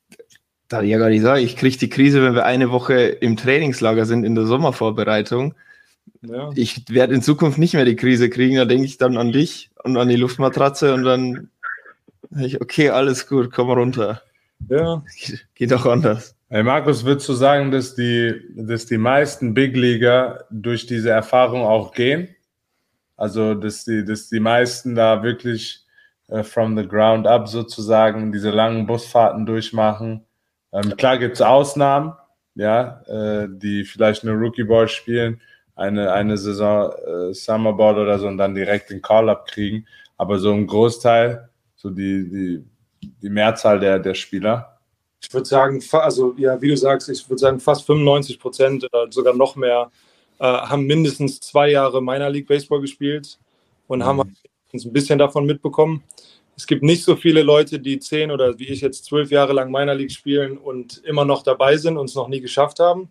kriege die Krise, wenn wir eine Woche im Trainingslager sind in der Sommervorbereitung. Ja. Ich werde in Zukunft nicht mehr die Krise kriegen, da denke ich dann an dich und an die Luftmatratze und dann denke ich, okay, alles gut, komm runter. Ja. Geht auch anders. Hey Markus, würdest du sagen, dass die meisten Big Leaguer durch diese Erfahrung auch gehen? Also, dass die meisten da wirklich from the ground up sozusagen diese langen Busfahrten durchmachen? Klar gibt es Ausnahmen, ja, die vielleicht eine Rookie Ball spielen, eine Saison Summer Ball oder so und dann direkt den Call-Up kriegen. Aber so ein Großteil, so die Mehrzahl der Spieler. Ich würde sagen, also ja, wie du sagst, ich würde sagen, fast 95% oder sogar noch mehr haben mindestens 2 Jahre Minor League Baseball gespielt und haben uns ein bisschen davon mitbekommen. Es gibt nicht so viele Leute, die 10 oder wie ich jetzt 12 Jahre lang Minor League spielen und immer noch dabei sind und es noch nie geschafft haben.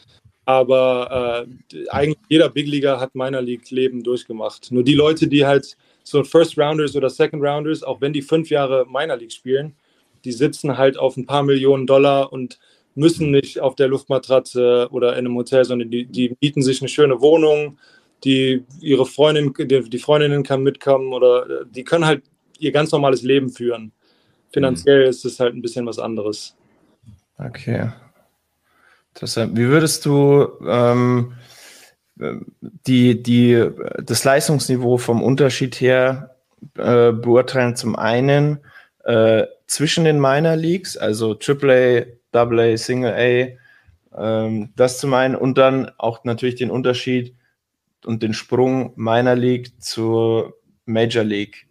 Aber eigentlich jeder Big Leaguer hat Minor League Leben durchgemacht. Nur die Leute, die halt so First Rounders oder Second Rounders, auch wenn die 5 Jahre Minor League spielen, die sitzen halt auf ein paar Millionen $, und müssen nicht auf der Luftmatratze oder in einem Hotel, sondern die mieten sich eine schöne Wohnung, die Freundinnen kann mitkommen oder die können halt ihr ganz normales Leben führen. Finanziell ist es halt ein bisschen was anderes. Okay. Interessant. Wie würdest du das Leistungsniveau vom Unterschied her beurteilen? Zum einen zwischen den Minor Leagues, also AAA, AA, Single A, das zum einen und dann auch natürlich den Unterschied und den Sprung Minor League zur Major League.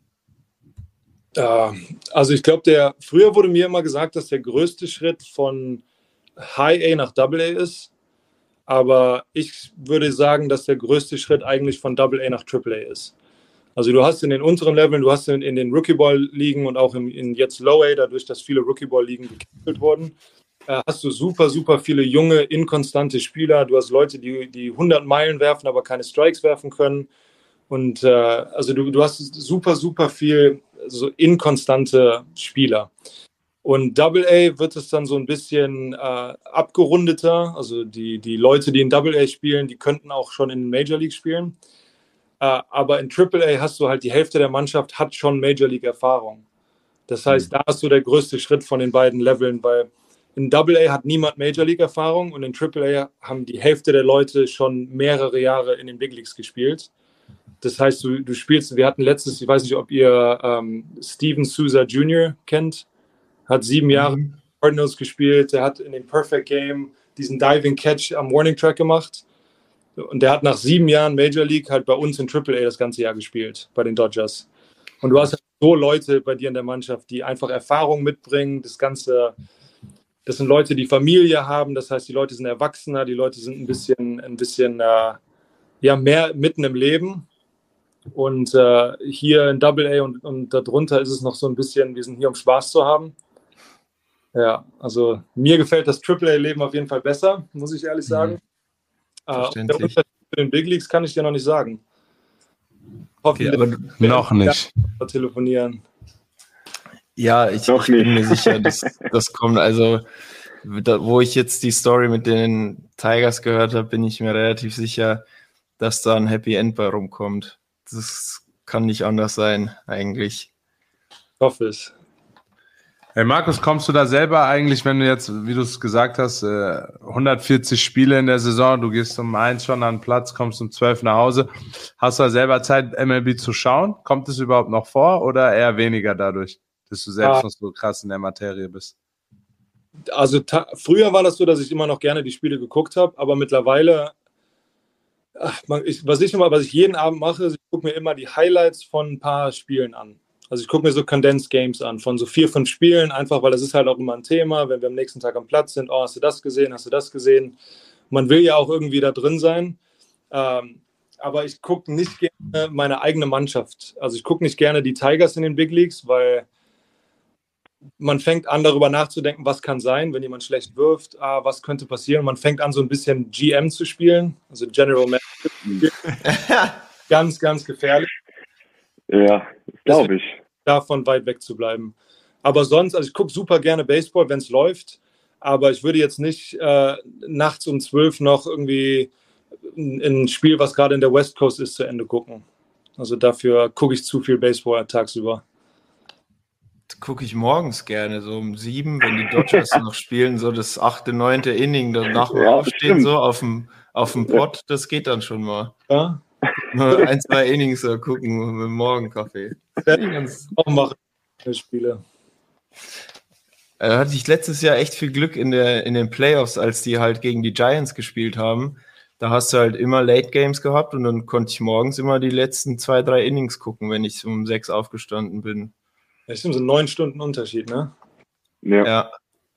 Also ich glaube, früher wurde mir immer gesagt, dass der größte Schritt von High A nach Double A ist, aber ich würde sagen, dass der größte Schritt eigentlich von Double A nach Triple A ist. Also du hast in den unteren Leveln, du hast in den Rookie-Ball-Ligen und auch in jetzt Low A, dadurch, dass viele Rookie-Ball-Ligen gecancelt wurden, hast du super, super viele junge, inkonstante Spieler. Du hast Leute, die 100 Meilen werfen, aber keine Strikes werfen können. Und also du hast super, super viel so inkonstante Spieler. Und Double A wird es dann so ein bisschen abgerundeter. Also die Leute, die in Double A spielen, die könnten auch schon in Major League spielen. Aber in Triple A hast du halt die Hälfte der Mannschaft hat schon Major League Erfahrung. Das heißt, da hast du der größte Schritt von den beiden Leveln, weil in Double A hat niemand Major League Erfahrung und in Triple A haben die Hälfte der Leute schon mehrere Jahre in den Big Leagues gespielt. Das heißt, du spielst, wir hatten letztes, ich weiß nicht, ob ihr Steven Souza Jr. kennt, hat 7 Jahre Cardinals gespielt, der hat in den Perfect Game diesen Diving Catch am Warning Track gemacht und der hat nach 7 Jahren Major League halt bei uns in Triple A das ganze Jahr gespielt, bei den Dodgers. Und du hast halt so Leute bei dir in der Mannschaft, die einfach Erfahrung mitbringen, das sind Leute, die Familie haben, das heißt, die Leute sind erwachsener, die Leute sind ein bisschen mehr mitten im Leben. Und hier in Double A und darunter ist es noch so ein bisschen, wir sind hier, um Spaß zu haben. Ja, also mir gefällt das Triple A-Leben auf jeden Fall besser, muss ich ehrlich sagen. Der Unterschied zu den Big Leagues kann ich dir noch nicht sagen. Hoffentlich noch nicht. Telefonieren. Ja, ich bin mir sicher, dass das kommt. Also, wo ich jetzt die Story mit den Tigers gehört habe, bin ich mir relativ sicher, dass da ein Happy End bei rumkommt. Das kann nicht anders sein, eigentlich. Ich hoffe es. Hey Markus, kommst du da selber eigentlich, wenn du jetzt, wie du es gesagt hast, 140 Spiele in der Saison, du gehst um 1 schon an den Platz, kommst um 12 nach Hause, hast du da selber Zeit, MLB zu schauen? Kommt es überhaupt noch vor oder eher weniger dadurch, dass du selbst noch so krass in der Materie bist? Also früher war das so, dass ich immer noch gerne die Spiele geguckt habe, aber mittlerweile, was ich jeden Abend mache, ich gucke mir immer die Highlights von ein paar Spielen an. Also ich gucke mir so Condensed Games an, von so 4, 5 Spielen, einfach weil das ist halt auch immer ein Thema, wenn wir am nächsten Tag am Platz sind, oh, hast du das gesehen, hast du das gesehen? Man will ja auch irgendwie da drin sein, aber ich gucke nicht gerne meine eigene Mannschaft. Also ich gucke nicht gerne die Tigers in den Big Leagues, weil man fängt an, darüber nachzudenken, was kann sein, wenn jemand schlecht wirft, was könnte passieren. Man fängt an, so ein bisschen GM zu spielen, also General Manager. Ganz, ganz gefährlich. Ja, glaube ich. Davon weit weg zu bleiben. Aber sonst, also ich gucke super gerne Baseball, wenn es läuft, aber ich würde jetzt nicht nachts um 12 noch irgendwie ein Spiel, was gerade in der West Coast ist, zu Ende gucken. Also dafür gucke ich zu viel Baseball tagsüber. Gucke ich morgens gerne, so um 7, wenn die Dodgers noch spielen, so das 8., 9. Inning, danach dem Aufstehen, so auf dem Pott, das geht dann schon mal. Ja? Nur 1, 2 Innings so gucken mit dem Morgenkaffee. Auch machen Spiele. Da hatte ich letztes Jahr echt viel Glück in den Playoffs, als die halt gegen die Giants gespielt haben. Da hast du halt immer Late Games gehabt und dann konnte ich morgens immer die letzten 2, 3 Innings gucken, wenn ich um 6 aufgestanden bin. Das stimmt, so 9 Stunden Unterschied, ne? Ja.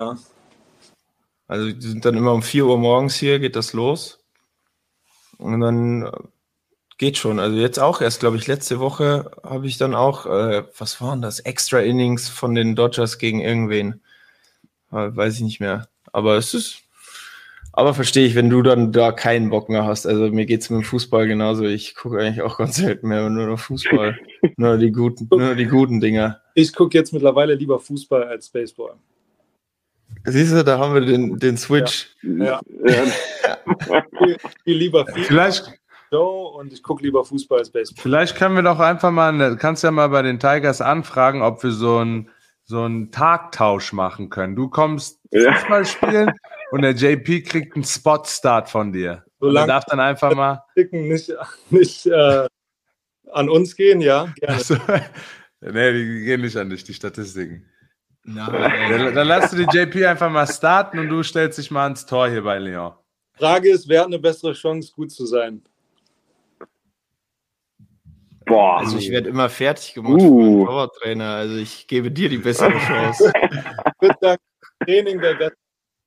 Also die sind dann immer um 4 Uhr morgens hier, geht das los. Und dann geht schon. Also jetzt auch erst, glaube ich, letzte Woche habe ich dann auch, was waren das? Extra Innings von den Dodgers gegen irgendwen. Weiß ich nicht mehr. Aber verstehe ich, wenn du dann da keinen Bock mehr hast. Also mir geht es mit dem Fußball genauso. Ich gucke eigentlich auch ganz selten mehr nur noch Fußball. nur die guten Dinger. Ich gucke jetzt mittlerweile lieber Fußball als Baseball. Siehst du, da haben wir den Switch. Ja. Ich spiele lieber Show und ich gucke lieber Fußball als Baseball. Vielleicht können wir doch einfach mal, kannst ja mal bei den Tigers anfragen, ob wir so einen Tagtausch machen können. Du kommst Fußball spielen und der JP kriegt einen Spot-Start von dir. Solange er darf dann einfach mal nicht an uns gehen, ja, gerne. Also, nee, die gehen nicht an dich, die Statistiken. Nein. Dann lass du die JP einfach mal starten und du stellst dich mal ans Tor hier bei Lyon. Frage ist, wer hat eine bessere Chance, gut zu sein? Boah. Also ich werde immer fertig gemacht von meinem Torwarttrainer. Also ich gebe dir die bessere Chance. Ich würde sagen, Training wäre besser.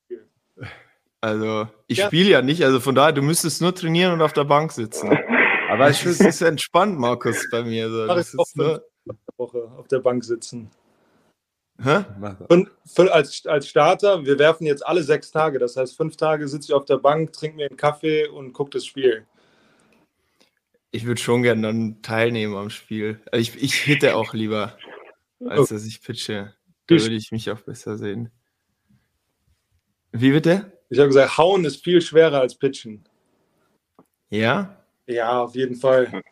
Also ich spiele ja nicht, also von daher, du müsstest nur trainieren und auf der Bank sitzen. Aber es ist entspannt, Markus, bei mir. So. Das ist nur Woche auf der Bank sitzen. Hä? Und als Starter, wir werfen jetzt alle 6 Tage. Das heißt, 5 Tage sitze ich auf der Bank, trinke mir einen Kaffee und gucke das Spiel. Ich würde schon gerne dann teilnehmen am Spiel. Also ich hitte auch lieber, als dass ich pitche. Da würde ich mich auch besser sehen. Wie bitte? Ich habe gesagt, hauen ist viel schwerer als pitchen. Ja? Ja, auf jeden Fall.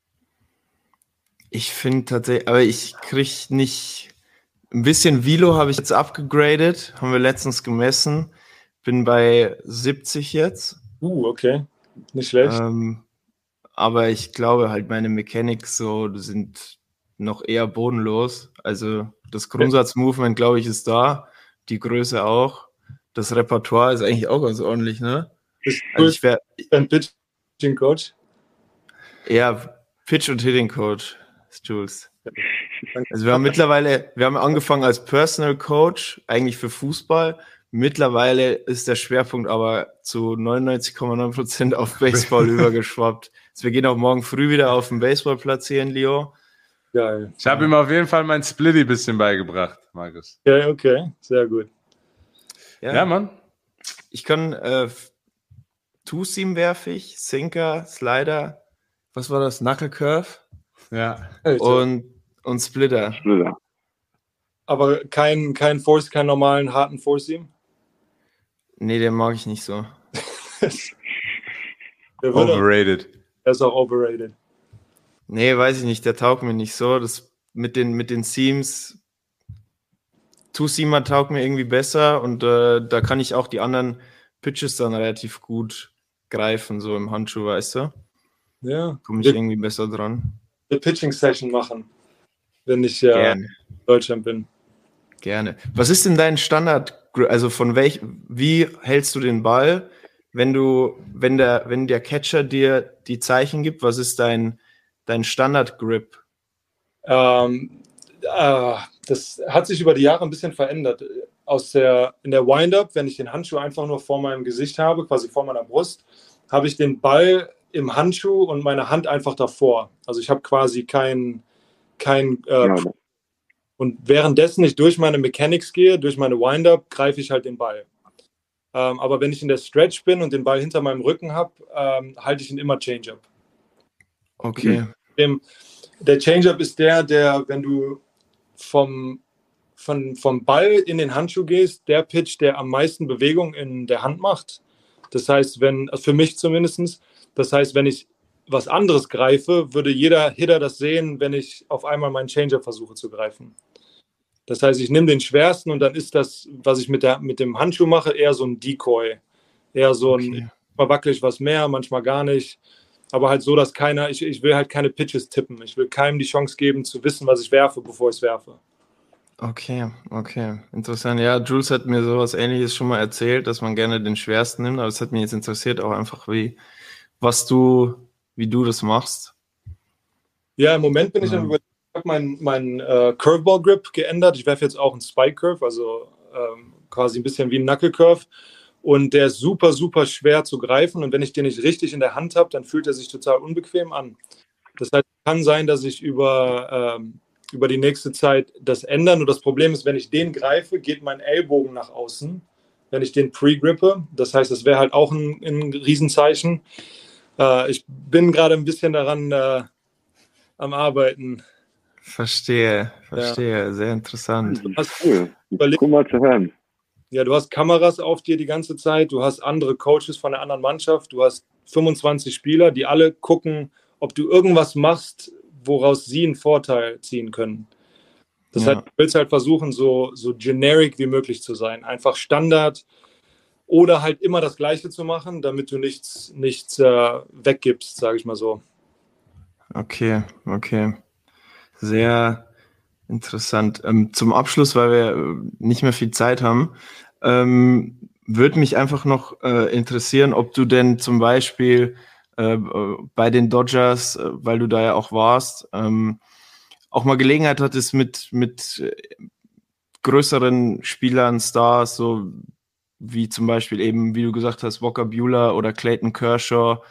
Ich finde tatsächlich, aber ich kriege nicht. Ein bisschen Velo habe ich jetzt abgegradet, haben wir letztens gemessen. Bin bei 70 jetzt. Okay. Nicht schlecht. Aber ich glaube halt, meine Mechanics so sind noch eher bodenlos. Also das Grundsatzmovement, glaube ich, ist da. Die Größe auch. Das Repertoire ist eigentlich auch ganz ordentlich, ne? Also ich wäre ein Pitching Coach. Ja, Pitch- und Hitting Coach, Jules. Also wir haben angefangen als Personal Coach, eigentlich für Fußball. Mittlerweile ist der Schwerpunkt aber zu 99,9% auf Baseball übergeschwappt. Also wir gehen auch morgen früh wieder auf den Baseballplatz hier in Lyon. Geil. Ich habe ihm auf jeden Fall mein Splitty ein bisschen beigebracht, Markus. Okay, sehr gut. Ja, Mann. Ich kann Two-Seam werfe ich, Sinker, Slider, was war das? Knuckle Curve? Ja. Und Splitter. Aber kein Force, keinen normalen harten Four-Seam? Nee, den mag ich nicht so. Overrated. Er ist auch overrated. Nee, weiß ich nicht, der taugt mir nicht so. Das mit den Seams, Two-Seamer taugt mir irgendwie besser und da kann ich auch die anderen Pitches dann relativ gut greifen, so im Handschuh, weißt du? Ja. Komme ich irgendwie besser dran. Eine Pitching-Session machen, wenn ich Gerne. in Deutschland bin. Gerne. Was ist denn dein Standard, also wie hältst du den Ball, wenn der Catcher dir die Zeichen gibt, was ist dein Standard-Grip? Das hat sich über die Jahre ein bisschen verändert. In der Wind-Up, wenn ich den Handschuh einfach nur vor meinem Gesicht habe, quasi vor meiner Brust, habe ich den Ball im Handschuh und meine Hand einfach davor. Also ich habe quasi kein und währenddessen ich durch meine Mechanics gehe, durch meine Wind-Up, greife ich halt den Ball. Aber wenn ich in der Stretch bin und den Ball hinter meinem Rücken habe, halte ich ihn immer Change-Up. Okay. Der Change-Up ist der, wenn du vom Ball in den Handschuh gehst, der Pitch, der am meisten Bewegung in der Hand macht. Das heißt, für mich zumindest, das heißt, wenn ich was anderes greife, würde jeder Hitter das sehen, wenn ich auf einmal meinen Change-Up versuche zu greifen. Das heißt, ich nehme den schwersten und dann ist das, was ich mit dem Handschuh mache, eher so ein Decoy. Eher so ein, manchmal wackel ich was mehr, manchmal gar nicht. Aber halt so, dass ich will halt keine Pitches tippen. Ich will keinem die Chance geben, zu wissen, was ich werfe, bevor ich es werfe. Okay. Interessant. Ja, Jules hat mir sowas Ähnliches schon mal erzählt, dass man gerne den schwersten nimmt, aber es hat mich jetzt interessiert auch einfach, wie du das machst. Ja, im Moment bin ich am Überlegen, ich habe mein Curveball-Grip geändert. Ich werfe jetzt auch einen Spike-Curve, also quasi ein bisschen wie ein Knuckle-Curve. Und der ist super, super schwer zu greifen. Und wenn ich den nicht richtig in der Hand habe, dann fühlt er sich total unbequem an. Das heißt, es kann sein, dass ich über die nächste Zeit das ändern. Und das Problem ist, wenn ich den greife, geht mein Ellbogen nach außen, wenn ich den pre-grippe. Das heißt, das wäre halt auch ein Riesenzeichen. Ich bin gerade ein bisschen daran am Arbeiten. Verstehe. Ja. Sehr interessant. Das ist cool. Guck mal zu hören. Ja, du hast Kameras auf dir die ganze Zeit, du hast andere Coaches von der anderen Mannschaft, du hast 25 Spieler, die alle gucken, ob du irgendwas machst, woraus sie einen Vorteil ziehen können. Das heißt, du willst halt versuchen, so generic wie möglich zu sein. Einfach Standard oder halt immer das Gleiche zu machen, damit du nichts weggibst, sage ich mal so. Okay. Sehr interessant. Zum Abschluss, weil wir nicht mehr viel Zeit haben, würde mich einfach noch interessieren, ob du denn zum Beispiel bei den Dodgers, weil du da ja auch warst, auch mal Gelegenheit hattest mit größeren Spielern, Stars, so wie zum Beispiel eben, wie du gesagt hast, Walker Buehler oder Clayton Kershaw,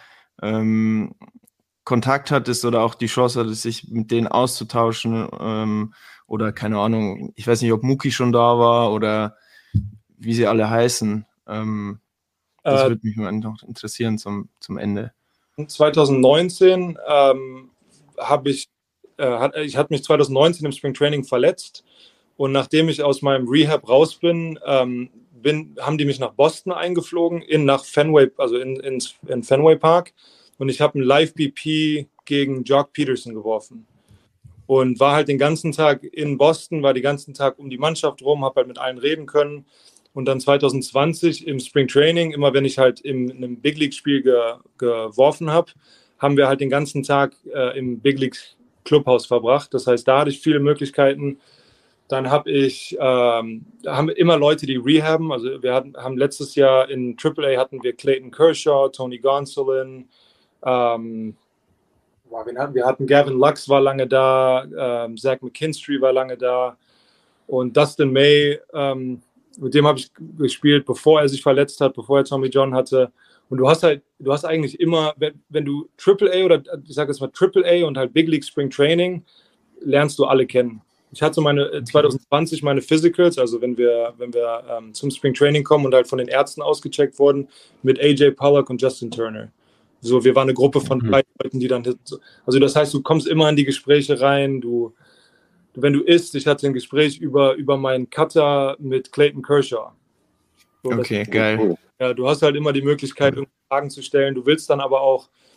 Kontakt hattest oder auch die Chance hattest, sich mit denen auszutauschen oder keine Ahnung, ich weiß nicht, ob Mookie schon da war oder wie sie alle heißen. Das würde mich mal noch interessieren zum Ende. 2019 hatte mich 2019 im Spring Training verletzt und nachdem ich aus meinem Rehab raus bin, haben die mich nach Boston eingeflogen, nach Fenway, also in Fenway Park. Und ich habe einen Live-BP gegen Jock Peterson geworfen. Und war halt den ganzen Tag in Boston, war den ganzen Tag um die Mannschaft rum, habe halt mit allen reden können. Und dann 2020 im Spring Training, immer wenn ich halt in einem Big League-Spiel geworfen habe, haben wir halt den ganzen Tag im Big League Clubhaus verbracht. Das heißt, da hatte ich viele Möglichkeiten. Dann haben immer Leute, die rehaben. Also wir haben letztes Jahr in AAA hatten wir Clayton Kershaw, Tony Gonsolin, wir hatten Gavin Lux war lange da, Zach McKinstry war lange da und Dustin May, mit dem habe ich gespielt, bevor er sich verletzt hat, bevor er Tommy John hatte. Und du hast eigentlich immer, wenn du AAA oder ich sage jetzt mal AAA und halt Big League Spring Training, lernst du alle kennen. Ich hatte 2020 meine Physicals, also wenn wir zum Spring Training kommen und halt von den Ärzten ausgecheckt wurden, mit AJ Pollock und Justin Turner. So, wir waren eine Gruppe von 3 Leuten, die dann, also das heißt, du kommst immer in die Gespräche rein, wenn du isst, ich hatte ein Gespräch über meinen Cutter mit Clayton Kershaw. So, okay, geil. Ja, du hast halt immer die Möglichkeit, Fragen zu stellen, du willst dann aber auch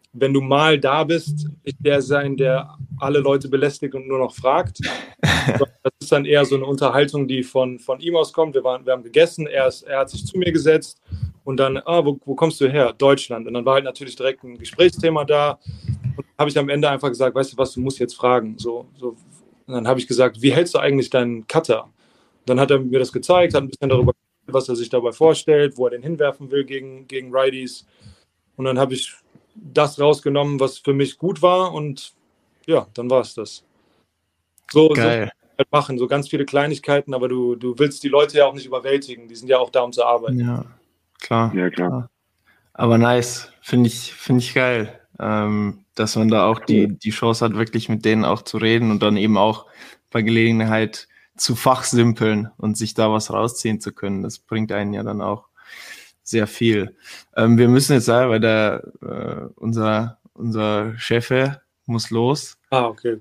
wenn du mal da bist, nicht der sein, der alle Leute belästigt und nur noch fragt. Das ist dann eher so eine Unterhaltung, die von ihm aus kommt. Wir haben gegessen, er hat sich zu mir gesetzt und dann, wo kommst du her? Deutschland. Und dann war halt natürlich direkt ein Gesprächsthema da. Und habe ich am Ende einfach gesagt, weißt du was, du musst jetzt fragen. So. Und dann habe ich gesagt, wie hältst du eigentlich deinen Cutter? Dann hat er mir das gezeigt, hat ein bisschen darüber gesprochen, was er sich dabei vorstellt, wo er den hinwerfen will gegen Righties. Und dann habe ich das rausgenommen, was für mich gut war, und ja, dann war es das. So halt machen, so ganz viele Kleinigkeiten, aber du willst die Leute ja auch nicht überwältigen, die sind ja auch da, um zu arbeiten. Ja, klar. Ja, klar. Aber nice, finde ich geil, dass man da auch die Chance hat, wirklich mit denen auch zu reden und dann eben auch bei Gelegenheit zu fachsimpeln und sich da was rausziehen zu können. Das bringt einen ja dann auch sehr viel. Wir müssen jetzt sagen, weil unser Chef muss los. Okay.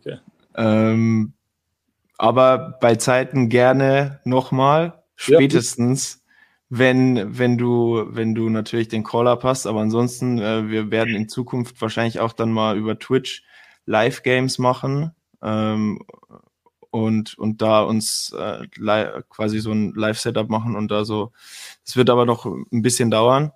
Aber bei Zeiten gerne nochmal, spätestens, wenn du natürlich den Call-Up hast. Aber ansonsten, wir werden in Zukunft wahrscheinlich auch dann mal über Twitch Live-Games machen und da uns quasi so ein Live-Setup machen und da so. Es wird aber noch ein bisschen dauern.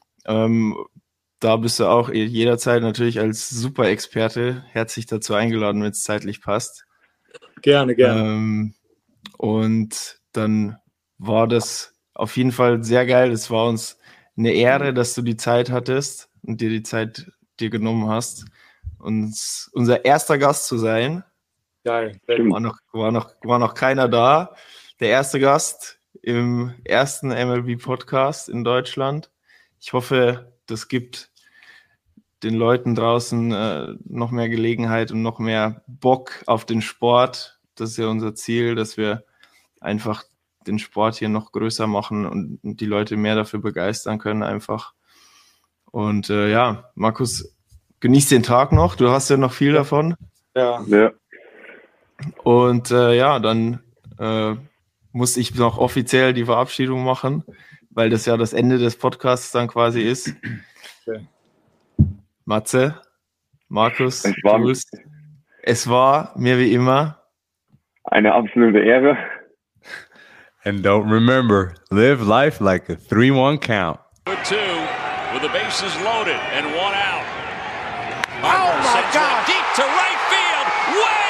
Da bist du auch jederzeit natürlich als Super-Experte herzlich dazu eingeladen, wenn es zeitlich passt. Gerne. Und dann war das auf jeden Fall sehr geil. Es war uns eine Ehre, dass du die Zeit hattest und dir die Zeit dir genommen hast, unser erster Gast zu sein. Geil. War noch keiner da. Der erste Gast im ersten MLB-Podcast in Deutschland. Ich hoffe, das gibt den Leuten draußen noch mehr Gelegenheit und noch mehr Bock auf den Sport. Das ist ja unser Ziel, dass wir einfach den Sport hier noch größer machen und die Leute mehr dafür begeistern können einfach. Und Markus, genieß den Tag noch. Du hast ja noch viel davon. Ja. Und dann muss ich noch offiziell die Verabschiedung machen, weil das ja das Ende des Podcasts dann quasi ist. Okay. Matze, Markus, Jules, es war mir wie immer eine absolute Ehre. And don't remember, live life like a 3-1 count. 2 with the bases loaded and 1 out. Oh my God! Deep to right field. Way